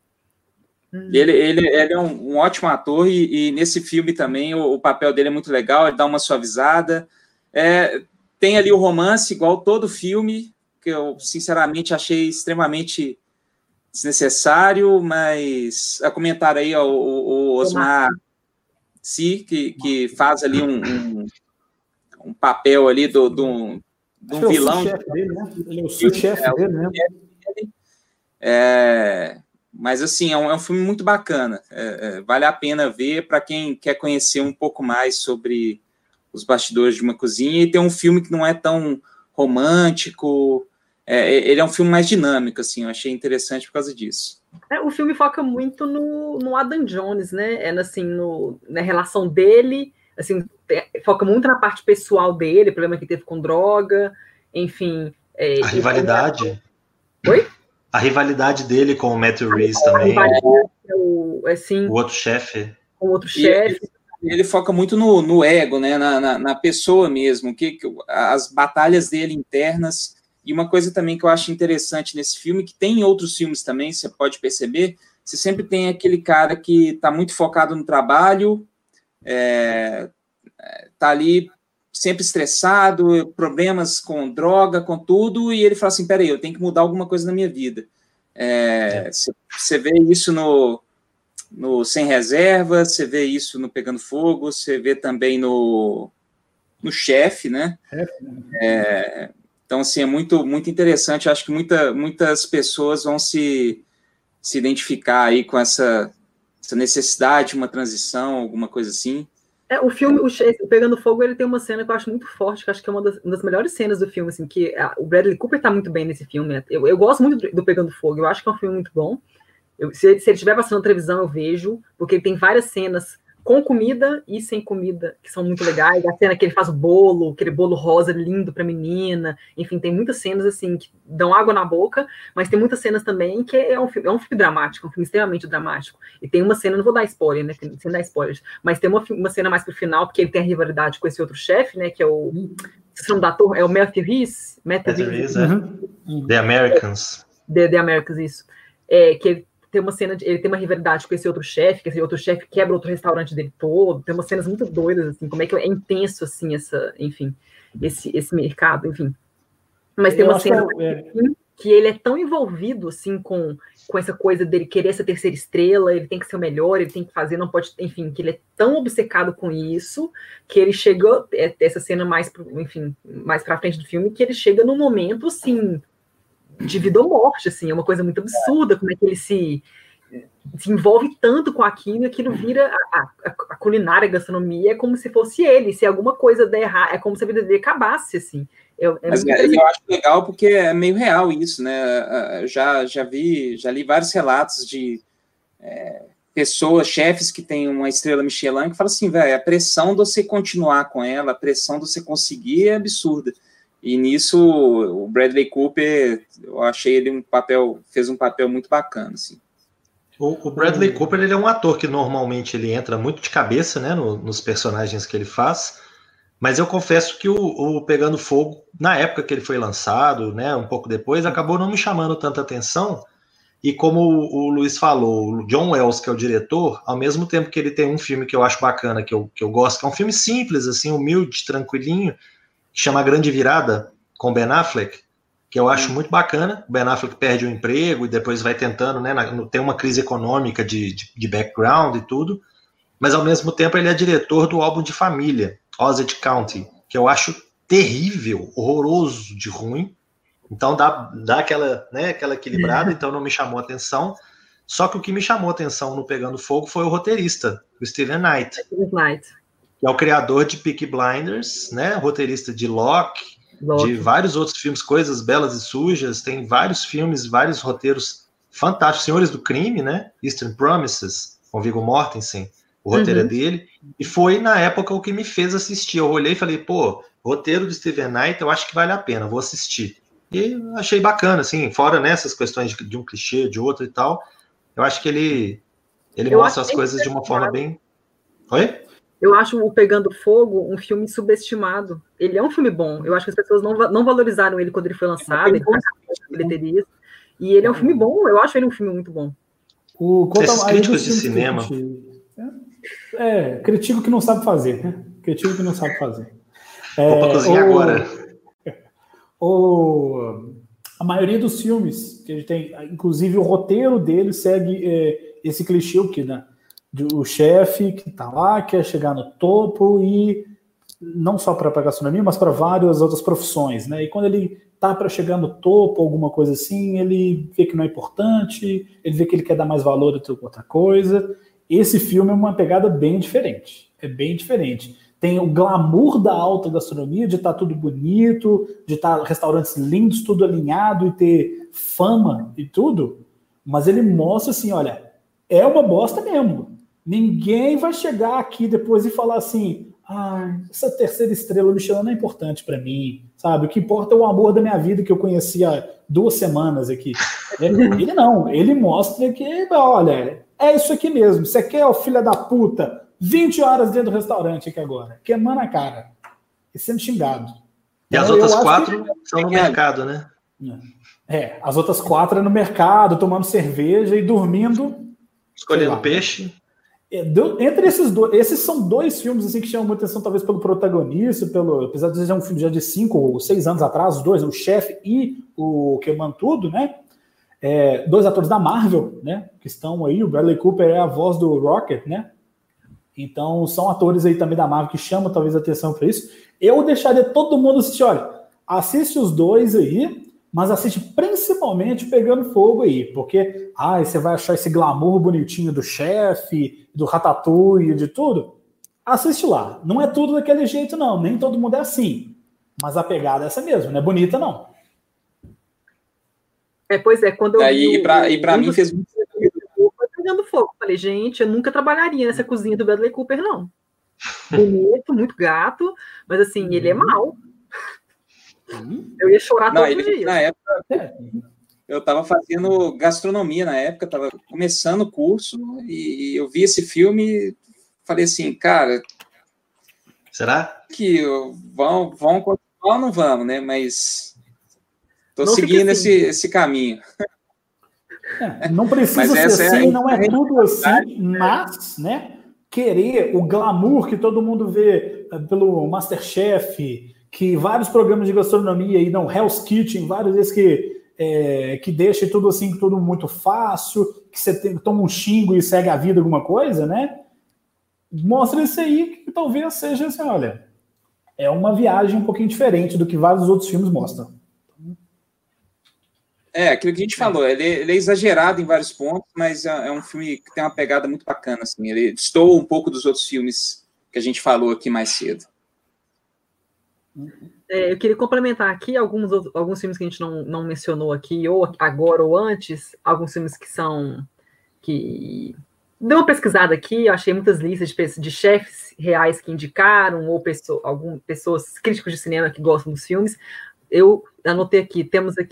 Ele é um ótimo ator e nesse filme também o papel dele é muito legal, ele dá uma suavizada. Tem ali o romance, igual todo filme, que eu sinceramente achei extremamente desnecessário, mas a comentar aí o Osmar Sy, que faz ali um papel ali de um vilão. Ele é o sous-chefe dele, né? Mas, assim, é um filme muito bacana. Vale a pena ver para quem quer conhecer um pouco mais sobre os bastidores de uma cozinha, e tem um filme que não é tão romântico. Ele é um filme mais dinâmico, assim, eu achei interessante por causa disso. O filme foca muito no Adam Jones, né? Assim, na relação dele, assim, foca muito na parte pessoal dele, problema que teve com droga, enfim. A rivalidade. Oi? A rivalidade dele com o Matthew Rhys também. O outro chefe. O outro chefe. Ele foca muito no ego, né? Na pessoa mesmo, as batalhas dele internas. E uma coisa também que eu acho interessante nesse filme, que tem em outros filmes também, você pode perceber, você sempre tem aquele cara que está muito focado no trabalho, está ali sempre estressado, problemas com droga, com tudo, e ele fala assim, peraí, eu tenho que mudar alguma coisa na minha vida. Você vê isso no Sem Reserva, você vê isso no Pegando Fogo, você vê também no Chefe, né? Então, assim, é muito, muito interessante. Eu acho que muitas pessoas vão se identificar aí com essa necessidade de uma transição, alguma coisa assim. O filme, o Pegando Fogo, ele tem uma cena que eu acho muito forte, que eu acho que é uma das melhores cenas do filme, assim, que o Bradley Cooper tá muito bem nesse filme. Eu gosto muito do Pegando Fogo, eu acho que é um filme muito bom. Se ele estiver passando na televisão, eu vejo, porque ele tem várias cenas com comida e sem comida, que são muito legais. A cena que ele faz o bolo, aquele bolo rosa lindo pra menina. Enfim, tem muitas cenas, assim, que dão água na boca, mas tem muitas cenas também que é um filme dramático, um filme extremamente dramático. E tem uma cena, não vou dar spoiler, né, sem dar spoilers, mas tem uma cena mais pro final, porque ele tem a rivalidade com esse outro chefe, né, que é o... Se não dá ator, é o Matthew Rhys, The Americans. The Americans, isso. Que ele tem uma cena, ele tem uma rivalidade com esse outro chefe, que esse outro chefe quebra outro restaurante dele todo, tem umas cenas muito doidas, assim, como é que é intenso, assim, esse mercado, enfim. Mas tem uma cena que ele é tão envolvido, assim, com essa coisa dele querer essa terceira estrela, ele tem que ser o melhor, ele tem que fazer, não pode, enfim, que ele é tão obcecado com isso, que ele chegou, essa cena mais pra frente do filme, que ele chega num momento, assim, de vida ou morte, assim, é uma coisa muito absurda, como é que ele se envolve tanto com aquilo, aquilo vira a culinária, a gastronomia, é como se fosse ele, se alguma coisa der errado, é como se a vida dele acabasse, assim. Mas eu acho legal porque é meio real isso, né? Já li vários relatos de pessoas, chefes que têm uma estrela Michelin, que falam assim, velho, a pressão de você continuar com ela, a pressão de você conseguir é absurda. E nisso, o Bradley Cooper, eu achei ele fez um papel muito bacana, assim. O Bradley Cooper, ele é um ator que normalmente ele entra muito de cabeça, né, nos personagens que ele faz, mas eu confesso que o Pegando Fogo, na época que ele foi lançado, né, um pouco depois, acabou não me chamando tanta atenção, e como o Luiz falou, o John Wells, que é o diretor, ao mesmo tempo que ele tem um filme que eu acho bacana, que eu gosto, que é um filme simples, assim, humilde, tranquilinho, que chama A Grande Virada, com Ben Affleck, que eu acho muito bacana. O Ben Affleck perde o emprego e depois vai tentando, né, tem uma crise econômica de background e tudo, mas ao mesmo tempo ele é diretor do álbum de família, Osage County, que eu acho terrível, horroroso de ruim, então dá aquela, né, aquela equilibrada, então não me chamou a atenção, só que o que me chamou a atenção no Pegando Fogo foi o roteirista, o Steven Knight. Que é o criador de Peaky Blinders, né? Roteirista de Locke, de vários outros filmes, Coisas Belas e Sujas, tem vários filmes, vários roteiros fantásticos, Senhores do Crime, né? Eastern Promises, com Viggo Mortensen, o roteiro é dele, e foi na época o que me fez assistir. Eu olhei e falei, pô, roteiro do Steven Knight, eu acho que vale a pena, vou assistir. E achei bacana, assim, fora nessas questões de um clichê, de outro e tal, eu acho que ele mostra as coisas de uma forma bem... Oi? Eu acho o Pegando Fogo um filme subestimado. Ele é um filme bom. Eu acho que as pessoas não valorizaram ele quando ele foi lançado, ele bilheterias. E ele é um filme bom. Eu acho ele um filme muito bom. Esses críticos de cinema. Crítico que não sabe fazer, né? Crítico que não sabe fazer. Vou cozinhar agora. A maioria dos filmes que ele tem, inclusive o roteiro dele segue esse clichê aqui, né? O chefe que está lá, quer chegar no topo e não só para a gastronomia, mas para várias outras profissões, né? E quando ele tá para chegar no topo, alguma coisa assim, ele vê que não é importante, ele vê que ele quer dar mais valor a outra coisa. Esse filme é uma pegada bem diferente, é bem diferente. Tem o glamour da alta gastronomia, de estar tudo bonito, de estar restaurantes lindos, tudo alinhado e ter fama e tudo, mas ele mostra assim, olha, é uma bosta mesmo. Ninguém vai chegar aqui depois e falar assim, essa terceira estrela Michelin não é importante para mim, sabe? O que importa é o amor da minha vida que eu conheci há 2 semanas aqui. Ele não, ele mostra que, olha, é isso aqui mesmo. Você quer, ó, filha da puta, 20 horas dentro do restaurante aqui agora, queimando a cara e sendo xingado. E as outras 4 são no mercado, né? As outras 4 é no mercado, tomando cerveja e dormindo. Escolhendo peixe. Entre esses são 2 filmes assim, que chamam muita atenção, talvez pelo protagonista, apesar de ser um filme já de 5 ou 6 anos atrás, os dois, o Chefe e o Queimando Tudo, né? dois atores da Marvel, né, que estão aí. O Bradley Cooper é a voz do Rocket, né? Então, são atores aí também da Marvel que chamam talvez atenção para isso. Eu deixaria todo mundo assistir, olha, assiste os dois aí, mas assiste principalmente Pegando Fogo aí, porque você vai achar esse glamour bonitinho do chefe, do Ratatouille, de tudo. Assiste lá. Não é tudo daquele jeito, não. Nem todo mundo é assim. Mas a pegada é essa mesmo, não é bonita, não. Pois é, quando eu vi... E pra mim fez muito Pegando Fogo. Falei, gente, eu nunca trabalharia nessa cozinha do Bradley Cooper, não. Bonito, muito gato, mas assim, ele é mau. Eu ia chorar todo dia. Na época, eu estava fazendo gastronomia na época, estava começando o curso, e eu vi esse filme e falei assim, cara... Será? Que vão continuar ou não vamos, né? Mas estou seguindo esse caminho. Não precisa ser assim, não é tudo assim, mas, né, querer o glamour que todo mundo vê pelo Masterchef, que vários programas de gastronomia aí, Hell's Kitchen, vários desses que deixa tudo assim, tudo muito fácil, que você toma um xingo e segue a vida alguma coisa, né? Mostra isso aí que talvez seja assim, olha, é uma viagem um pouquinho diferente do que vários outros filmes mostram. Aquilo que a gente falou, ele é exagerado em vários pontos, mas é um filme que tem uma pegada muito bacana, assim, ele destoa um pouco dos outros filmes que a gente falou aqui mais cedo. Eu queria complementar aqui alguns filmes que a gente não mencionou aqui, ou agora ou antes, alguns filmes que dei uma pesquisada aqui, eu achei muitas listas de chefes reais que indicaram, ou algumas pessoas, críticos de cinema que gostam dos filmes. Eu anotei aqui,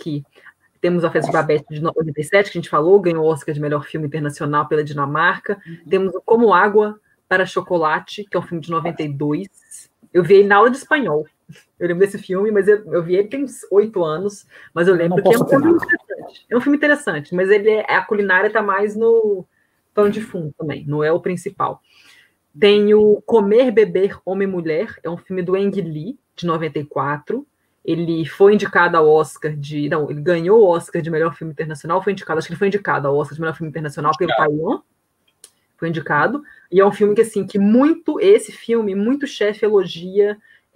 temos A Festa de Babette de 87, que a gente falou, ganhou o Oscar de melhor filme internacional pela Dinamarca. Temos o Como Água para Chocolate, que é um filme de 92. Eu vi ele na aula de espanhol. Eu lembro desse filme, mas eu vi ele tem uns 8 anos, mas eu lembro que é um filme interessante. É um filme interessante, mas a culinária está mais no pano de fundo também, não é o principal. Tem o Comer, Beber, Homem e Mulher, é um filme do Ang Lee, de 94. Ele foi indicado ao Oscar ele ganhou o Oscar de melhor filme internacional, acho que ele foi indicado ao Oscar de melhor filme internacional pelo Taiwan. Foi indicado. E é um filme que esse filme, muito chefe elogia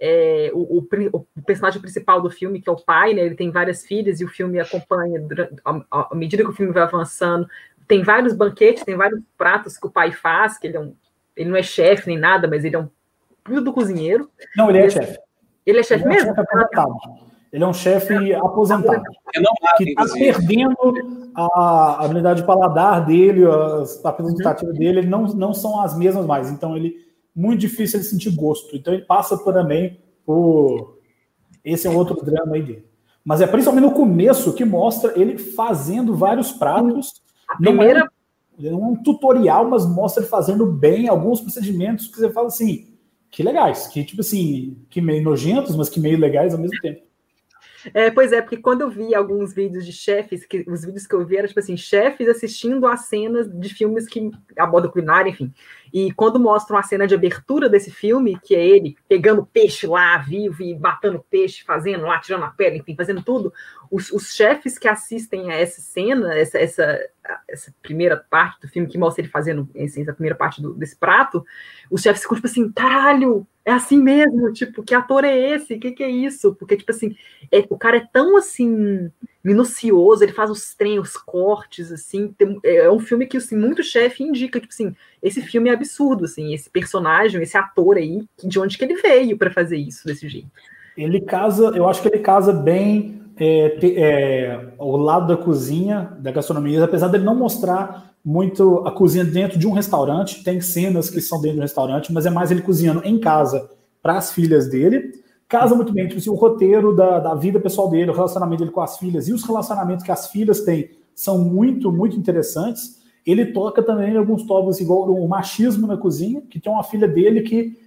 o personagem principal do filme, que é o pai, né? Ele tem várias filhas e o filme acompanha, à medida que o filme vai avançando, tem vários banquetes, tem vários pratos que o pai faz, que ele não é chefe nem nada, mas ele é um puto cozinheiro. Não, ele é chefe. Ele é chefe mesmo? Ele é um chefe aposentado. Que está perdendo a habilidade de paladar dele, a apresentativa dele, não são as mesmas mais. Então, muito difícil ele sentir gosto. Então, ele passa também por... Esse é um outro drama aí dele. Mas é principalmente no começo que mostra ele fazendo vários pratos. Não é um tutorial, mas mostra ele fazendo bem alguns procedimentos que você fala assim... Que legais, que tipo assim, que meio nojentos, mas que meio legais ao mesmo tempo. Pois é, porque quando eu vi alguns vídeos de chefes, os vídeos que eu vi eram tipo assim, chefes assistindo a cenas de filmes que abordam culinária, enfim. E quando mostram a cena de abertura desse filme, que é ele pegando peixe lá, vivo, e matando peixe, fazendo lá, tirando a pele, enfim, fazendo tudo, os chefes que assistem a essa cena, essa primeira parte do filme que mostra ele fazendo essa primeira parte desse prato, os chefes ficam tipo assim, caralho, é assim mesmo, tipo, que ator é esse? Que é isso? Porque, tipo assim, o cara é tão, assim, minucioso, ele faz os cortes, assim, é um filme que, assim, muito chefe indica, tipo assim, esse filme é absurdo, assim, esse personagem, esse ator aí, de onde que ele veio para fazer isso desse jeito? Eu acho que ele casa bem o lado da cozinha, da gastronomia, apesar dele não mostrar muito a cozinha dentro de um restaurante, tem cenas que são dentro de um restaurante, mas é mais ele cozinhando em casa para as filhas dele. Casa muito bem, tipo assim, o roteiro da vida pessoal dele, o relacionamento dele com as filhas e os relacionamentos que as filhas têm são muito, muito interessantes. Ele toca também em alguns tópicos igual o machismo na cozinha, que tem uma filha dele que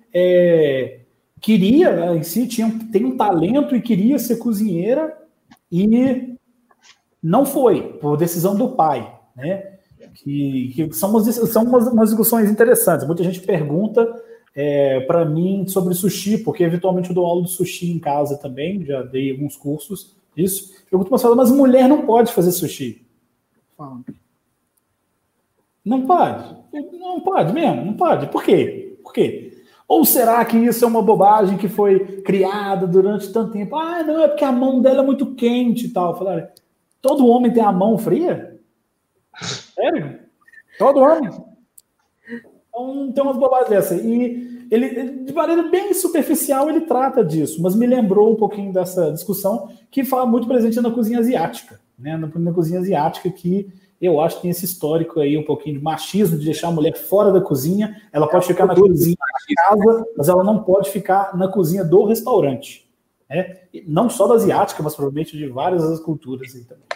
queria, em si, tem um talento e queria ser cozinheira e não foi, por decisão do pai, né? Que são umas discussões interessantes. Muita gente pergunta para mim sobre sushi, porque eventualmente eu dou aula de sushi em casa também, já dei alguns cursos disso. Eu costumo falar, mas mulher não pode fazer sushi. falando. Não pode. Não pode mesmo, não pode. Por quê? Por quê? Ou será que isso é uma bobagem que foi criada durante tanto tempo? Ah, não, é porque a mão dela é muito quente e tal. Falaram, todo homem tem a mão fria? Sério? Todo homem? Então, tem umas bobagens dessas. E ele, de maneira bem superficial, ele trata disso, mas me lembrou um pouquinho dessa discussão que fala muito presente na cozinha asiática, né? Na cozinha asiática, que eu acho que tem esse histórico aí um pouquinho de machismo, de deixar a mulher fora da cozinha. Ela pode ficar na cozinha da casa, mas ela não pode ficar na cozinha do restaurante, né? Não só da asiática, mas provavelmente de várias das culturas aí também.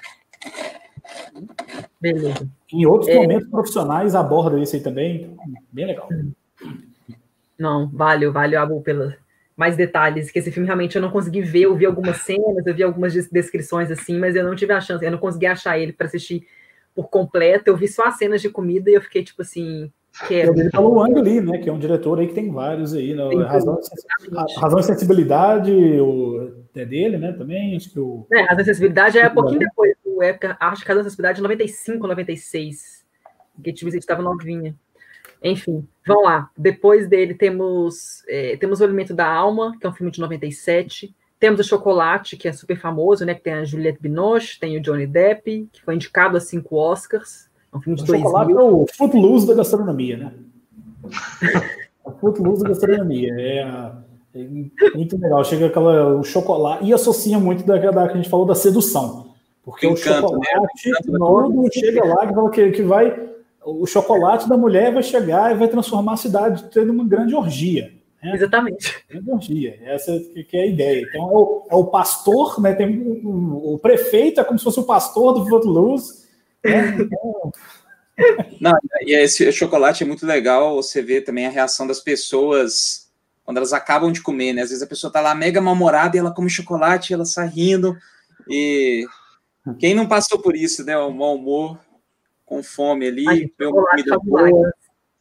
Beleza. Em outros momentos profissionais aborda isso aí também, bem legal. Não, valeu, Abu, pelos mais detalhes, que esse filme realmente eu não consegui ver, eu vi algumas cenas, eu vi algumas descrições assim, mas eu não tive a chance, eu não consegui achar ele para assistir por completo, eu vi só as cenas de comida e eu fiquei tipo assim, quero. Ele falou o Wang Lee, né, que é um diretor aí que tem vários aí, né? Razão e Sensibilidade é dele, né, também, acho que o... Razão e Sensibilidade é um pouquinho depois, época, acho que Razão e Sensibilidade é 95, 96, que a gente estava novinha. Enfim, vamos lá. Depois dele temos O Alimento da Alma, que é um filme de 97. Temos O Chocolate, que é super famoso, né? Que tem a Juliette Binoche, tem o Johnny Depp, que foi indicado a 5 Oscars. É um filme de 2000. O Chocolate é o Footloose da gastronomia, né? O Footloose da gastronomia. É muito legal. Chega o chocolate, e associa muito da que a gente falou da sedução. Porque o chocolate, todo chega lá que vai... O chocolate da mulher vai chegar e vai transformar a cidade tendo uma grande orgia. Né? Exatamente. Grande orgia. Essa que é a ideia. Então, é o pastor, né? Tem o prefeito, é como se fosse o pastor do Footloose. Né? Então... Não, e esse chocolate é muito legal, você vê também a reação das pessoas quando elas acabam de comer, né? Às vezes a pessoa tá lá mega mal-humorada e ela come chocolate, ela sai rindo. E quem não passou por isso, né? O mau humor... com fome ali, uma comida boa.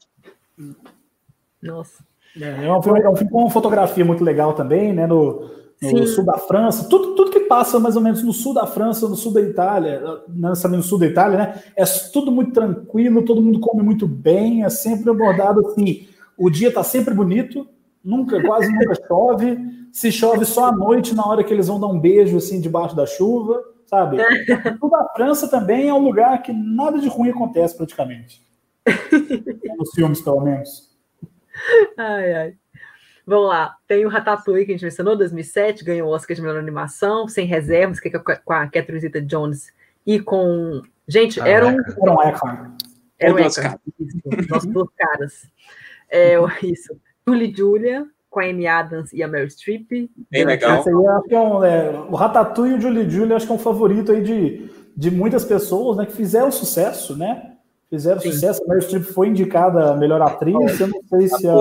Nossa. É um filme com uma fotografia muito legal também, né? No sul da França. Tudo que passa mais ou menos no sul da França, no sul da Itália, também no sul da Itália, né? É tudo muito tranquilo, todo mundo come muito bem, é sempre abordado assim. O dia está sempre bonito, quase nunca chove. Se chove só à noite, na hora que eles vão dar um beijo assim debaixo da chuva. Sabe? Tudo a França também é um lugar que nada de ruim acontece praticamente. Nos filmes, pelo menos. Ai. Vamos lá. Tem o Ratatouille, que a gente mencionou, 2007, ganhou o Oscar de melhor animação, sem reservas, que é com a Catherine Zeta-Jones e com... Gente, eram Eckhart. Nós duas caras. Isso. Julie Julia, com a Amy Adams e a Meryl Streep. Bem legal. Esse aí acho que o Ratatouille e o Julie Julia acho que é um favorito aí de muitas pessoas, né, que fizeram sucesso, né? Fizeram sucesso. A Meryl Streep foi indicada a melhor atriz. Eu não sei se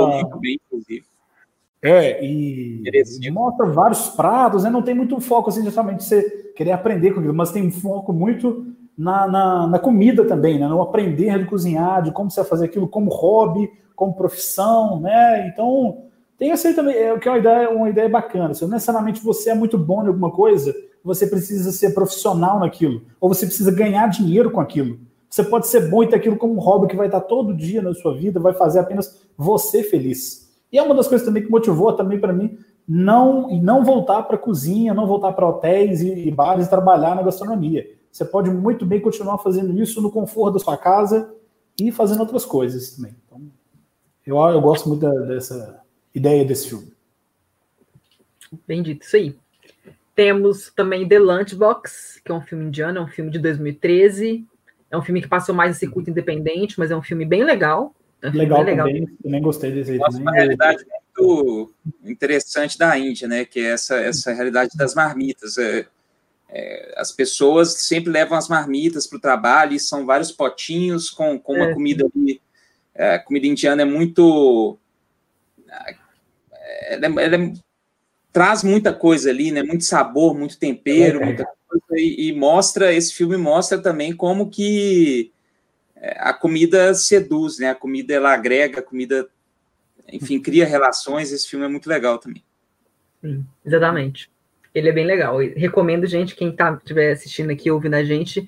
e mostra vários pratos, né? Não tem muito foco assim, justamente você querer aprender com aquilo, mas tem um foco muito na comida também, né? No aprender de cozinhar, de como você vai fazer aquilo como hobby, como profissão, né? Então tem essa aí também, que é uma ideia bacana. Se necessariamente você é muito bom em alguma coisa, você precisa ser profissional naquilo, ou você precisa ganhar dinheiro com aquilo. Você pode ser bom e ter aquilo como um hobby que vai estar todo dia na sua vida, vai fazer apenas você feliz. E é uma das coisas também que motivou também para mim não voltar para a cozinha, não voltar para hotéis e bares e trabalhar na gastronomia. Você pode muito bem continuar fazendo isso no conforto da sua casa e fazendo outras coisas também. Então, eu gosto muito dessa ideia desse filme. Bem dito, isso aí. Temos também The Lunchbox, que é um filme indiano, é um filme de 2013. É um filme que passou mais em circuito independente, mas é um filme bem legal. Legal também gostei desse aí. Mostra uma realidade muito interessante da Índia, né? Que é essa realidade das marmitas. As pessoas sempre levam as marmitas para o trabalho e são vários potinhos com uma comida ali. A comida indiana é muito... Ela traz muita coisa ali, né? Muito sabor, muito tempero, muita coisa, e esse filme mostra também como que a comida seduz, né? A comida, ela agrega, a comida, enfim, cria relações. Esse filme é muito legal também. Sim, exatamente. Ele é bem legal. Eu recomendo, gente, quem estiver assistindo aqui, ouvindo a gente,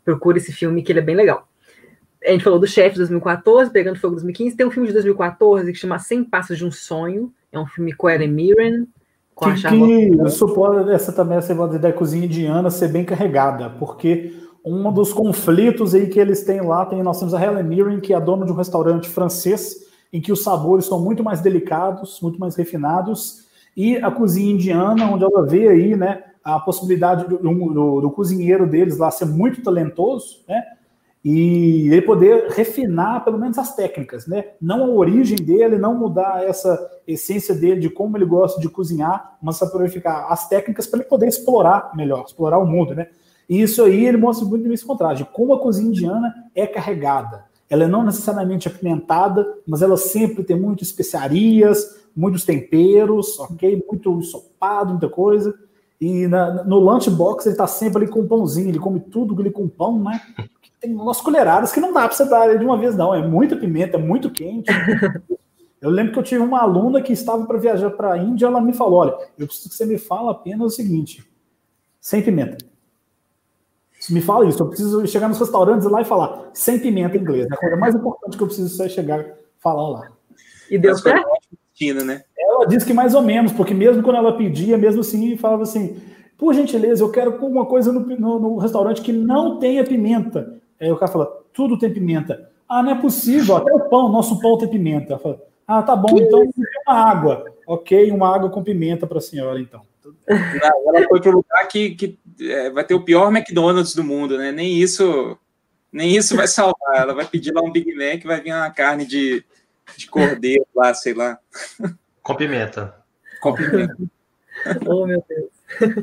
procure esse filme, que ele é bem legal. A gente falou do Chefe de 2014, Pegando Fogo de 2015. Tem um filme de 2014 que chama 100 Passos de um Sonho. É um filme com a Helen Mirren. Que supõe essa ideia da cozinha indiana ser bem carregada, porque um dos conflitos aí que eles têm lá, nós temos a Helen Mirren, que é a dona de um restaurante francês, em que os sabores são muito mais delicados, muito mais refinados, e a cozinha indiana, onde ela vê aí, né, a possibilidade do cozinheiro deles lá ser muito talentoso, né, e ele poder refinar pelo menos as técnicas, né? Não a origem dele, não mudar essa essência dele de como ele gosta de cozinhar, mas purificar as técnicas para ele poder explorar melhor, explorar o mundo, né? E isso aí ele mostra muito nesse contraste, de como a cozinha indiana é carregada. Ela é não necessariamente apimentada, mas ela sempre tem muitas especiarias, muitos temperos, ok? Muito ensopado, muita coisa. E no lunchbox ele está sempre ali com um pãozinho, ele come tudo ali com pão, né? Tem umas colheradas que não dá para você dar de uma vez, não. É muita pimenta, é muito quente. Eu lembro que eu tive uma aluna que estava para viajar para a Índia, ela me falou, olha, eu preciso que você me fale apenas o seguinte, sem pimenta. Você me fala isso, eu preciso chegar nos restaurantes lá e falar sem pimenta em inglês. É a coisa mais importante que eu preciso é chegar e falar lá. E deu certo? Né? Ela disse que mais ou menos, porque mesmo quando ela pedia, mesmo assim, falava assim, por gentileza, eu quero uma coisa no restaurante que não tenha pimenta. Aí o cara fala, tudo tem pimenta. Ah, não é possível, até o pão, nosso pão tem pimenta. Ela fala, ah, tá bom, então uma água. Ok, uma água com pimenta para a senhora, então. Ela foi para o lugar que vai ter o pior McDonald's do mundo, né? Nem isso vai salvar. Ela vai pedir lá um Big Mac, vai vir uma carne de cordeiro lá, sei lá. Com pimenta. Com pimenta. Oh, meu Deus.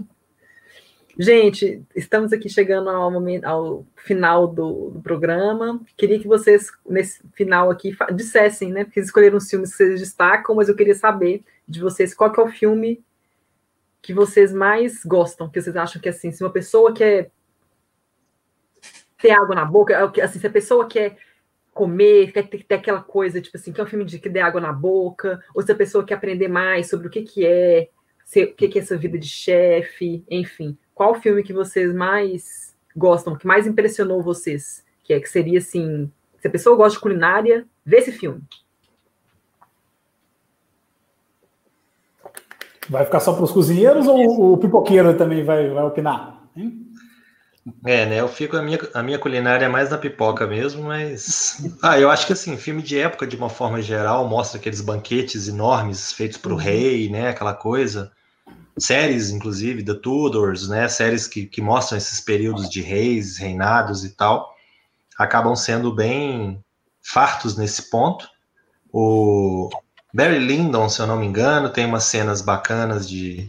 Gente, estamos aqui chegando ao final do programa. Queria que vocês, nesse final aqui, dissessem, né? Porque vocês escolheram os filmes que vocês destacam, mas eu queria saber de vocês qual que é o filme que vocês mais gostam, que vocês acham que, assim, se uma pessoa quer ter água na boca, assim, se a pessoa quer comer, quer ter aquela coisa, tipo assim, que é um filme que dê água na boca, ou se a pessoa quer aprender mais sobre o que é essa vida de chefe, enfim. Qual filme que vocês mais gostam, que mais impressionou vocês? Que seria assim, se a pessoa gosta de culinária, vê esse filme. Vai ficar só para os cozinheiros ou o pipoqueiro também vai opinar? Hein? Né? Eu fico, a minha culinária é mais na pipoca mesmo, mas... eu acho que assim, filme de época, de uma forma geral, mostra aqueles banquetes enormes feitos para o rei, né? Aquela coisa... Séries, inclusive, The Tudors, né? Séries que mostram esses períodos de reis, reinados e tal, acabam sendo bem fartos nesse ponto. O Barry Lyndon, se eu não me engano, tem umas cenas bacanas de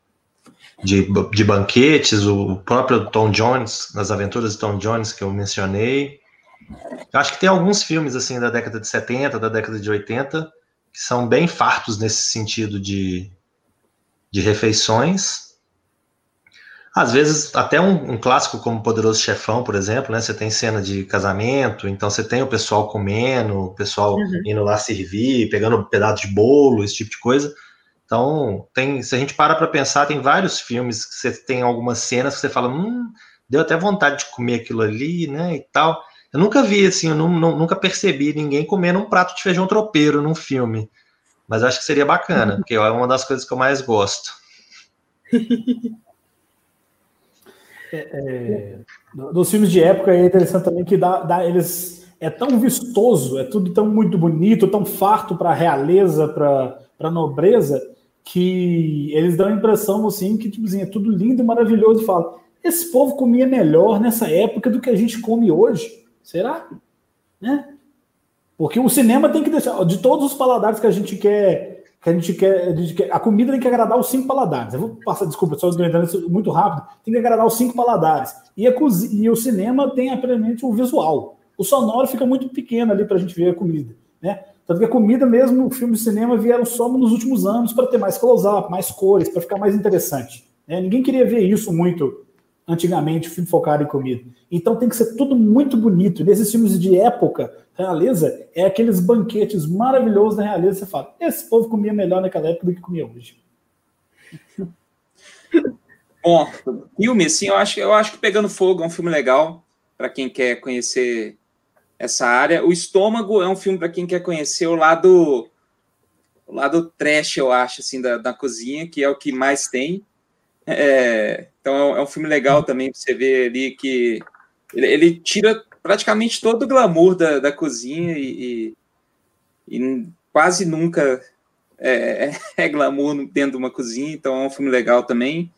banquetes, o próprio Tom Jones, nas aventuras de Tom Jones, que eu mencionei. Eu acho que tem alguns filmes assim da década de 70, da década de 80, que são bem fartos nesse sentido de refeições. Às vezes, até um clássico como Poderoso Chefão, por exemplo, né? Você tem cena de casamento, então você tem o pessoal comendo, o pessoal indo lá servir, pegando um pedaço de bolo, esse tipo de coisa. Então, se a gente para pensar, tem vários filmes que você tem algumas cenas que você fala, deu até vontade de comer aquilo ali, né, e tal. Eu nunca vi, assim, eu nunca percebi ninguém comendo um prato de feijão tropeiro num filme. Mas acho que seria bacana, porque é uma das coisas que eu mais gosto. Nos filmes de época é interessante também que eles é tão vistoso, é tudo tão muito bonito, tão farto para a realeza, para a nobreza, que eles dão a impressão assim, que tipo assim, é tudo lindo e maravilhoso. E fala, esse povo comia melhor nessa época do que a gente come hoje. Será? Né? Porque o cinema tem que deixar, de todos os paladares que a gente quer, a comida tem que agradar os 5 paladares. Eu vou passar, desculpa, só entrando isso muito rápido, tem que agradar os 5 paladares. E o cinema tem apenas o visual. O sonoro fica muito pequeno ali para a gente ver a comida, né? Tanto que a comida mesmo, o filme de cinema vieram só nos últimos anos para ter mais close-up, mais cores, para ficar mais interessante, né? Ninguém queria ver isso muito antigamente, filme focado em comida. Então tem que ser tudo muito bonito. Nesses filmes de época, realeza, é aqueles banquetes maravilhosos da realeza. Você fala, esse povo comia melhor naquela época do que comia hoje. Bom, filme, assim, eu acho que Pegando Fogo é um filme legal. para quem quer conhecer essa área. O Estômago é um filme para quem quer conhecer o lado trash, eu acho, assim, da cozinha, que é o que mais tem. Então é um filme legal também para você ver ali que ele tira praticamente todo o glamour da cozinha e quase nunca é glamour dentro de uma cozinha, então é um filme legal também.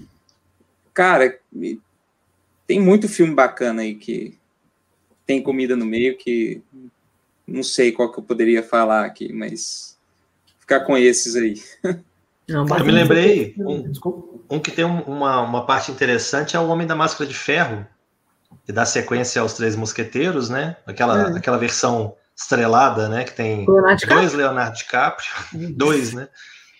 Cara, tem muito filme bacana aí que tem comida no meio que não sei qual que eu poderia falar aqui, mas ficar com esses aí. Eu me lembrei, um que tem uma parte interessante é o Homem da Máscara de Ferro, que dá sequência aos Três Mosqueteiros, né? Aquela versão estrelada, né? Que tem dois Leonardo DiCaprio, dois, né?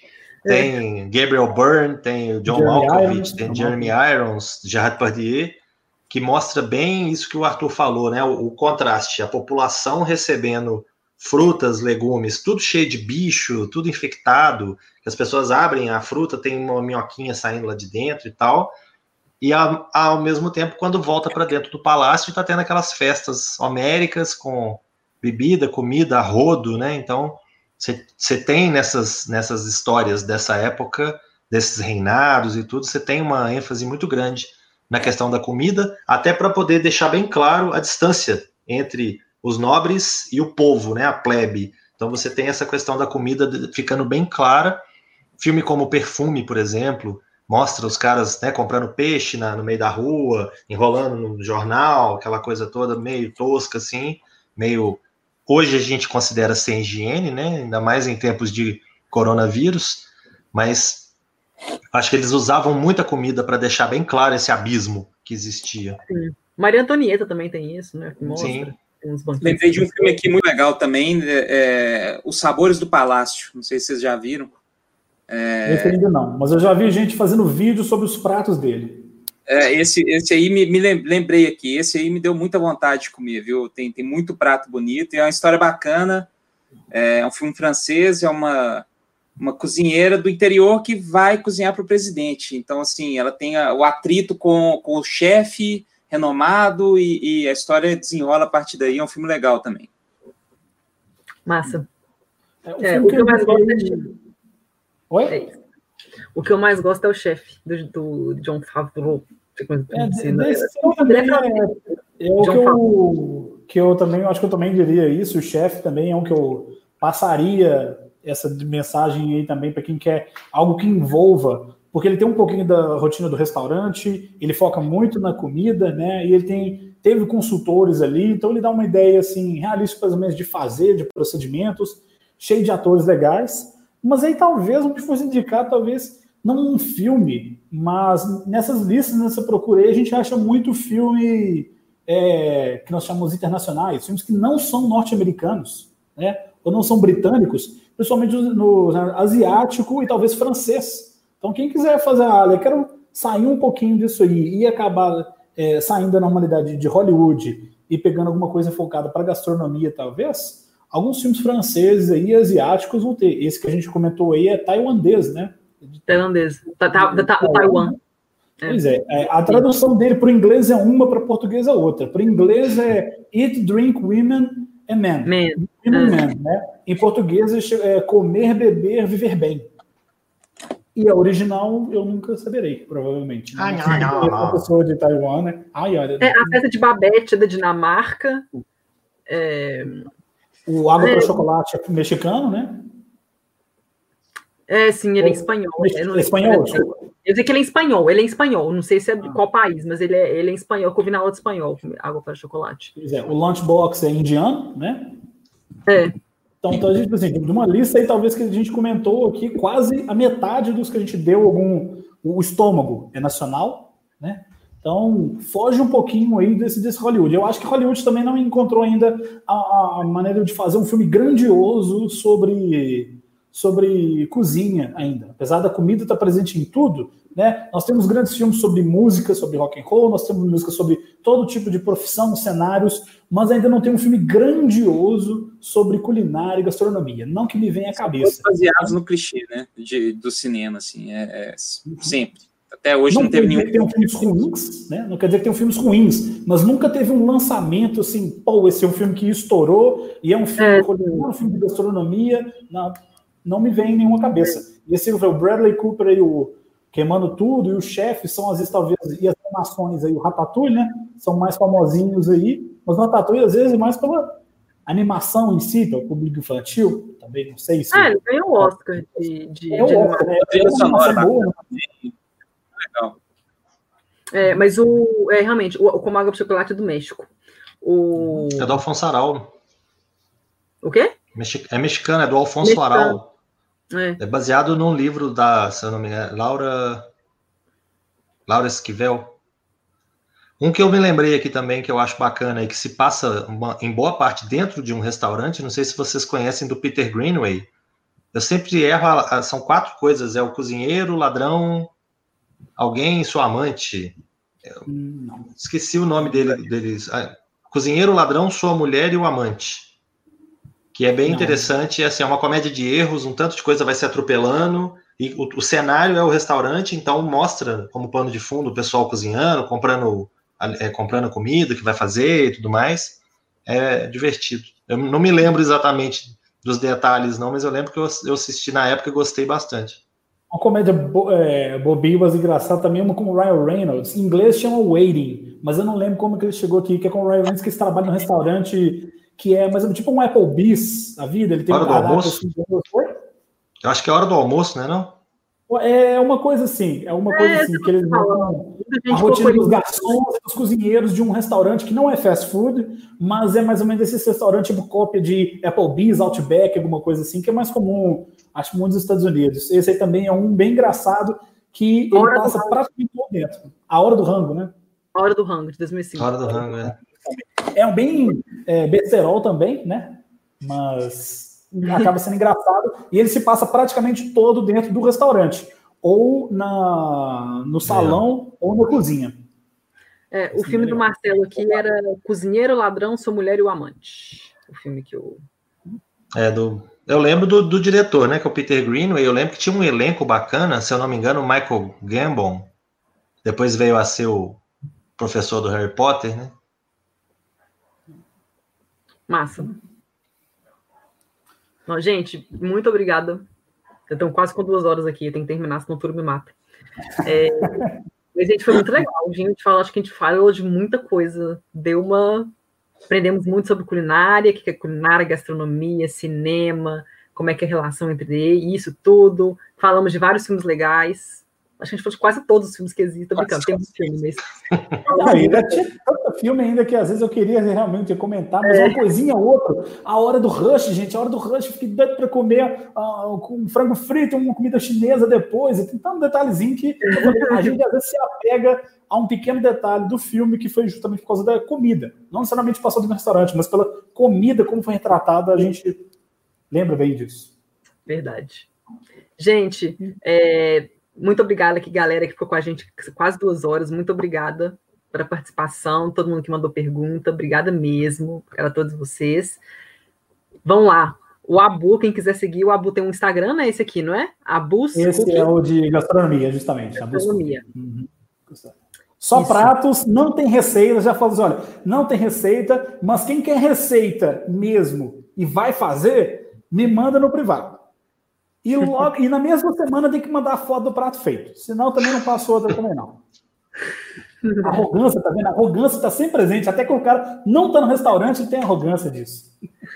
Tem Gabriel Byrne, tem o John Malkovich, tem Jeremy Irons, Gerard Depardieu, que mostra bem isso que o Arthur falou, né? O contraste, a população recebendo frutas, legumes, tudo cheio de bicho, tudo infectado, que as pessoas abrem a fruta, tem uma minhoquinha saindo lá de dentro e tal, e ao mesmo tempo, quando volta para dentro do palácio, está tendo aquelas festas homéricas com bebida, comida, a rodo, né? Então, você tem nessas histórias dessa época, desses reinados e tudo, você tem uma ênfase muito grande na questão da comida, até para poder deixar bem claro a distância entre os nobres e o povo, né, a plebe. Então você tem essa questão da comida ficando bem clara. Filme como Perfume, por exemplo, mostra os caras, né, comprando peixe no meio da rua, enrolando no jornal, aquela coisa toda meio tosca, assim, meio... Hoje a gente considera sem higiene, né, ainda mais em tempos de coronavírus, mas acho que eles usavam muita comida para deixar bem claro esse abismo que existia. Sim. Maria Antonieta também tem isso, né, que mostra. Sim. Lembrei de um filme aqui muito legal também, Os Sabores do Palácio. Não sei se vocês já viram. Esse ainda não, mas eu já vi gente fazendo vídeo sobre os pratos dele. Esse aí me lembrei aqui. Esse aí me deu muita vontade de comer, viu? Tem muito prato bonito, e é uma história bacana. É um filme francês, é uma cozinheira do interior que vai cozinhar para o presidente. Então, assim, ela tem o atrito com o chefe renomado e a história desenrola a partir daí. É um filme legal também. Massa. O que eu mais gosto Oi? O que eu mais gosto é o chefe do Jon Favreau. Que eu também acho que eu também diria isso. O chefe também é um que eu passaria essa mensagem aí também para quem quer algo que envolva, porque ele tem um pouquinho da rotina do restaurante, ele foca muito na comida, né? E ele teve consultores ali, então ele dá uma ideia assim realista, mais ou menos, de fazer, de procedimentos, cheio de atores legais. Mas aí talvez onde fosse indicado, talvez não um filme, mas nessas listas, nessa procura aí, a gente acha muito filme que nós chamamos internacionais, filmes que não são norte-americanos, né? Ou não são britânicos, principalmente no asiático e talvez francês. Então, quem quiser fazer eu quero sair um pouquinho disso aí e acabar saindo da normalidade de Hollywood e pegando alguma coisa focada para gastronomia, talvez, alguns filmes franceses aí, asiáticos vão ter. Esse que a gente comentou aí é tailandês, né? Tailandês. Taiwan. Pois a tradução dele para o inglês é uma, para o português é outra. Para o inglês é Eat, Drink, Women and Men. Men, né? Em português é Comer, Beber, Viver Bem. E a original eu nunca saberei, provavelmente. Né? A pessoa de Taiwan, né? A Festa de Babette da Dinamarca. O Água para Chocolate mexicano, né? Sim, ele é espanhol. Espanhol, eu sei que ele é espanhol. Não sei se é de qual país, mas ele é espanhol, que eu vi na aula de espanhol, Água para Chocolate. Pois o Lunchbox é indiano, né? Então a gente, assim, de uma lista aí, talvez que a gente comentou aqui, quase a metade dos que a gente deu o Estômago é nacional, né? Então, foge um pouquinho aí desse Hollywood. Eu acho que Hollywood também não encontrou ainda a maneira de fazer um filme grandioso sobre cozinha ainda. Apesar da comida estar presente em tudo, né? Nós temos grandes filmes sobre música, sobre rock and roll, nós temos música sobre todo tipo de profissão, cenários, mas ainda não tem um filme grandioso sobre culinária e gastronomia. Não que me venha à cabeça. Baseados no clichê, né? Do cinema, assim. Sempre. Até hoje não teve nenhum. Não quer dizer que tem filmes ruins, né? Não quer dizer que tem filmes ruins, mas nunca teve um lançamento assim, pô, esse é um filme que estourou e é um filme, um filme de gastronomia. Não me vem em nenhuma cabeça. E esse o Bradley Cooper e o Queimando Tudo e o Chefe são às vezes talvez, e as animações aí, o Ratatouille, né? São mais famosinhos aí, mas o Ratatouille às vezes é mais pela animação em si, pelo público infantil, também não sei se... ele ganhou o Oscar de Oscar, né? É uma animação boa, né? Legal. Mas realmente, o Como Água de Chocolate é do México. É do Alfonso Arau. O quê? É mexicano, é do Alfonso Arau. É baseado num livro da, se eu não me engano, Laura Esquivel. Um que eu me lembrei aqui também, que eu acho bacana, e que se passa em boa parte dentro de um restaurante, não sei se vocês conhecem, do Peter Greenaway. Eu sempre erro, são 4 coisas, é o cozinheiro, o ladrão, alguém e sua amante. Esqueci o nome deles. Cozinheiro, o ladrão, sua mulher e o amante. Que é bem interessante, assim, é uma comédia de erros, um tanto de coisa vai se atropelando, e o cenário é o restaurante, então mostra como pano de fundo o pessoal cozinhando, comprando comida que vai fazer e tudo mais. É divertido. Eu não me lembro exatamente dos detalhes, não, mas eu lembro que eu assisti na época e gostei bastante. Uma comédia bobinha, mas engraçada também, uma com o Ryan Reynolds. Em inglês chama Waiting, mas eu não lembro como que ele chegou aqui, que é com o Ryan Reynolds, que ele trabalha no restaurante que é mais tipo um Applebee's a vida. Ele tem hora um do almoço? Assim, eu acho que é hora do almoço, né, não? É uma coisa assim, que eles vão a rotina dos garçons e dos cozinheiros de um restaurante que não é fast food, mas é mais ou menos esse restaurante tipo cópia de Applebee's, Outback, alguma coisa assim, que é mais comum, acho, muito nos Estados Unidos. Esse aí também é um bem engraçado, que ele passa praticamente por dentro. A Hora do Rango, né? A Hora do Rango, de 2005. A Hora do Rango, É um bem besterol também, né? Mas acaba sendo engraçado. E ele se passa praticamente todo dentro do restaurante. Ou no salão, ou na cozinha. O filme do Marcelo aqui era Cozinheiro, Ladrão, Sua Mulher e o Amante. O filme que eu... Eu lembro do diretor, né? Que é o Peter Greenaway. Eu lembro que tinha um elenco bacana, se eu não me engano, o Michael Gambon. Depois veio a ser o professor do Harry Potter, né? Massa. Bom, gente, muito obrigada. Eu estou quase com 2 horas aqui, eu tenho que terminar, senão tudo me mata. Mas, gente, foi muito legal. Acho que a gente falou de muita coisa. Aprendemos muito sobre culinária, o que é culinária, gastronomia, cinema, como é que é a relação entre isso tudo. Falamos de vários filmes legais. Acho que a gente falou de quase todos os filmes que existem. Tô brincando, tem muitos filmes. Ainda tinha tanto filme ainda que às vezes eu queria realmente comentar, mas uma coisinha ou outra. A Hora do Rush, gente, a Hora do Rush, eu fiquei doido para comer com frango frito, uma comida chinesa depois. E tem tanto detalhezinho que a gente às vezes se apega a um pequeno detalhe do filme que foi justamente por causa da comida. Não necessariamente passou no restaurante, mas pela comida, como foi retratada, a gente lembra bem disso. Verdade. Gente, muito obrigada aqui, galera, que ficou com a gente quase 2 horas. Muito obrigada pela participação, todo mundo que mandou pergunta. Obrigada mesmo para todos vocês. Vão lá. O Abu, quem quiser seguir, o Abu tem um Instagram, né? Esse aqui, não é? Abus Esse Cooking? é o de gastronomia, justamente. Gastronomia. Só isso. Pratos, não tem receita. Já falo assim, olha, não tem receita, mas quem quer receita mesmo e vai fazer, me manda no privado. E na mesma semana tem que mandar a foto do prato feito. Senão também não passou outra também, não. A arrogância, tá vendo? A arrogância está sempre presente. Até que o cara não está no restaurante e tem arrogância disso.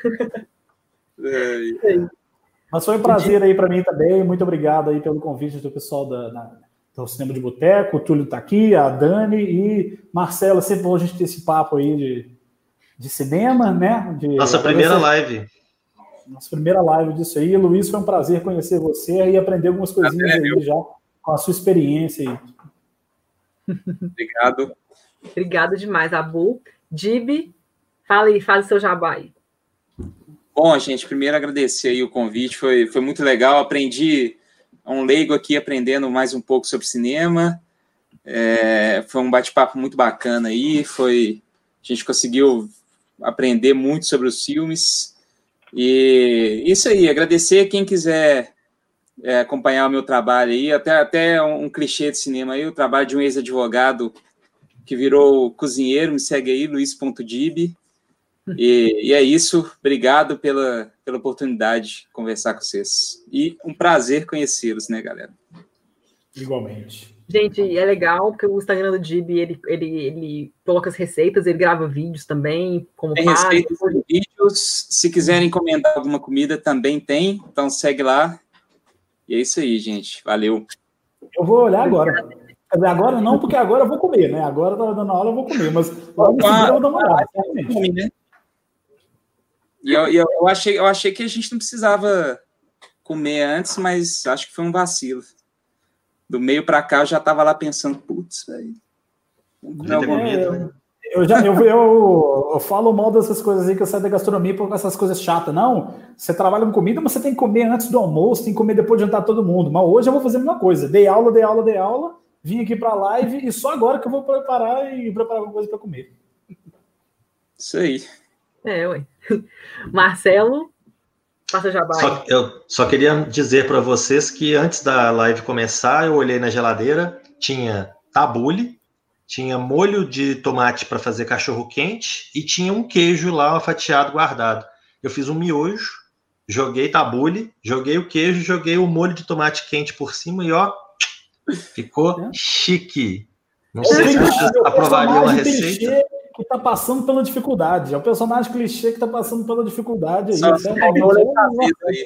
Mas foi um prazer aí para mim também. Muito obrigado aí pelo convite do pessoal do Cinema de Boteco. O Túlio está aqui, a Dani e Marcela. Sempre bom a gente ter esse papo aí de cinema, né? Nossa primeira live. Nossa primeira live disso aí. Luiz, foi um prazer conhecer você e aprender algumas coisinhas aí já com a sua experiência aí. Obrigado. Obrigada demais, Abu. Dib, fale seu jabá aí. Bom, gente, primeiro agradecer aí o convite, foi muito legal. Aprendi, um leigo aqui aprendendo mais um pouco sobre cinema. Foi um bate-papo muito bacana aí. A gente conseguiu aprender muito sobre os filmes. E isso aí, agradecer quem quiser acompanhar o meu trabalho aí, até um clichê de cinema aí, o trabalho de um ex-advogado que virou cozinheiro, me segue aí, luiz.dib. E é isso, obrigado pela oportunidade de conversar com vocês. E um prazer conhecê-los, né, galera? Igualmente. Gente, é legal, porque o Instagram do Dib, ele coloca as receitas, ele grava vídeos também, como tem faz. Receitas e vídeos, se quiserem encomendar alguma comida, também tem, então segue lá. E é isso aí, gente, valeu. Eu vou olhar agora. Agora não, porque agora eu vou comer, né? Agora tá dando aula, eu vou comer, mas logo em seguida eu vou dar uma olhada, certamente. E eu achei que a gente não precisava comer antes, mas acho que foi um vacilo. Do meio para cá eu já estava lá pensando, putz, velho. Eu falo mal dessas coisas aí que eu saio da gastronomia por essas coisas chatas. Não, você trabalha com comida, mas você tem que comer antes do almoço, tem que comer depois de jantar todo mundo. Mas hoje eu vou fazer a mesma coisa. Dei aula, vim aqui para a live e só agora que eu vou preparar alguma coisa para comer. Isso aí. Ué. Marcelo, passa jabá. Eu só queria dizer para vocês que antes da live começar, eu olhei na geladeira, tinha tabule, tinha molho de tomate para fazer cachorro quente e tinha um queijo lá fatiado guardado. Eu fiz um miojo, joguei tabule, joguei o queijo, joguei o molho de tomate quente por cima e ó, ficou chique. Não sei se vocês aprovariam a receita. Que tá passando pela dificuldade. É o personagem clichê que tá passando pela dificuldade aí.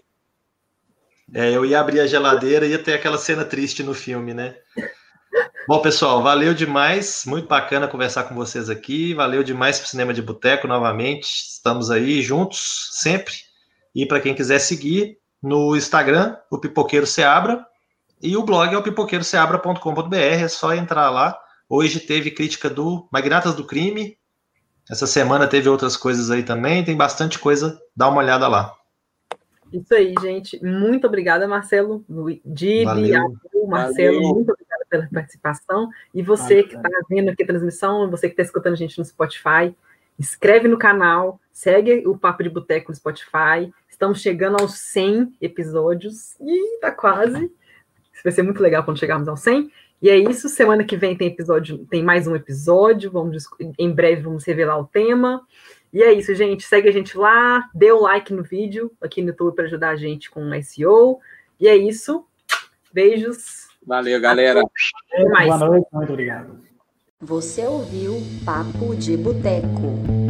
Eu ia abrir a geladeira e ia ter aquela cena triste no filme, né? Bom, pessoal, valeu demais. Muito bacana conversar com vocês aqui. Valeu demais pro Cinema de Boteco novamente. Estamos aí juntos, sempre. E para quem quiser seguir, no Instagram, o Pipoqueiro Seabra. E o blog é o pipoqueiroseabra.com.br. É só entrar lá. Hoje teve crítica do Magnatas do Crime. Essa semana teve outras coisas aí também. Tem bastante coisa. Dá uma olhada lá. Isso aí, gente. Muito obrigada, Marcelo. Dib, Marcelo, muito obrigada pela participação. E você que está vendo aqui a transmissão, você que está escutando a gente no Spotify, inscreve no canal, segue o Papo de Boteco no Spotify. Estamos chegando aos 100 episódios. E tá quase. Isso vai ser muito legal quando chegarmos aos 100. E é isso, semana que vem tem mais um episódio, em breve vamos revelar o tema. E é isso, gente, segue a gente lá, dê um like no vídeo aqui no YouTube para ajudar a gente com o SEO. E é isso, beijos. Valeu, galera. Boa noite, muito obrigado. Você ouviu Papo de Boteco.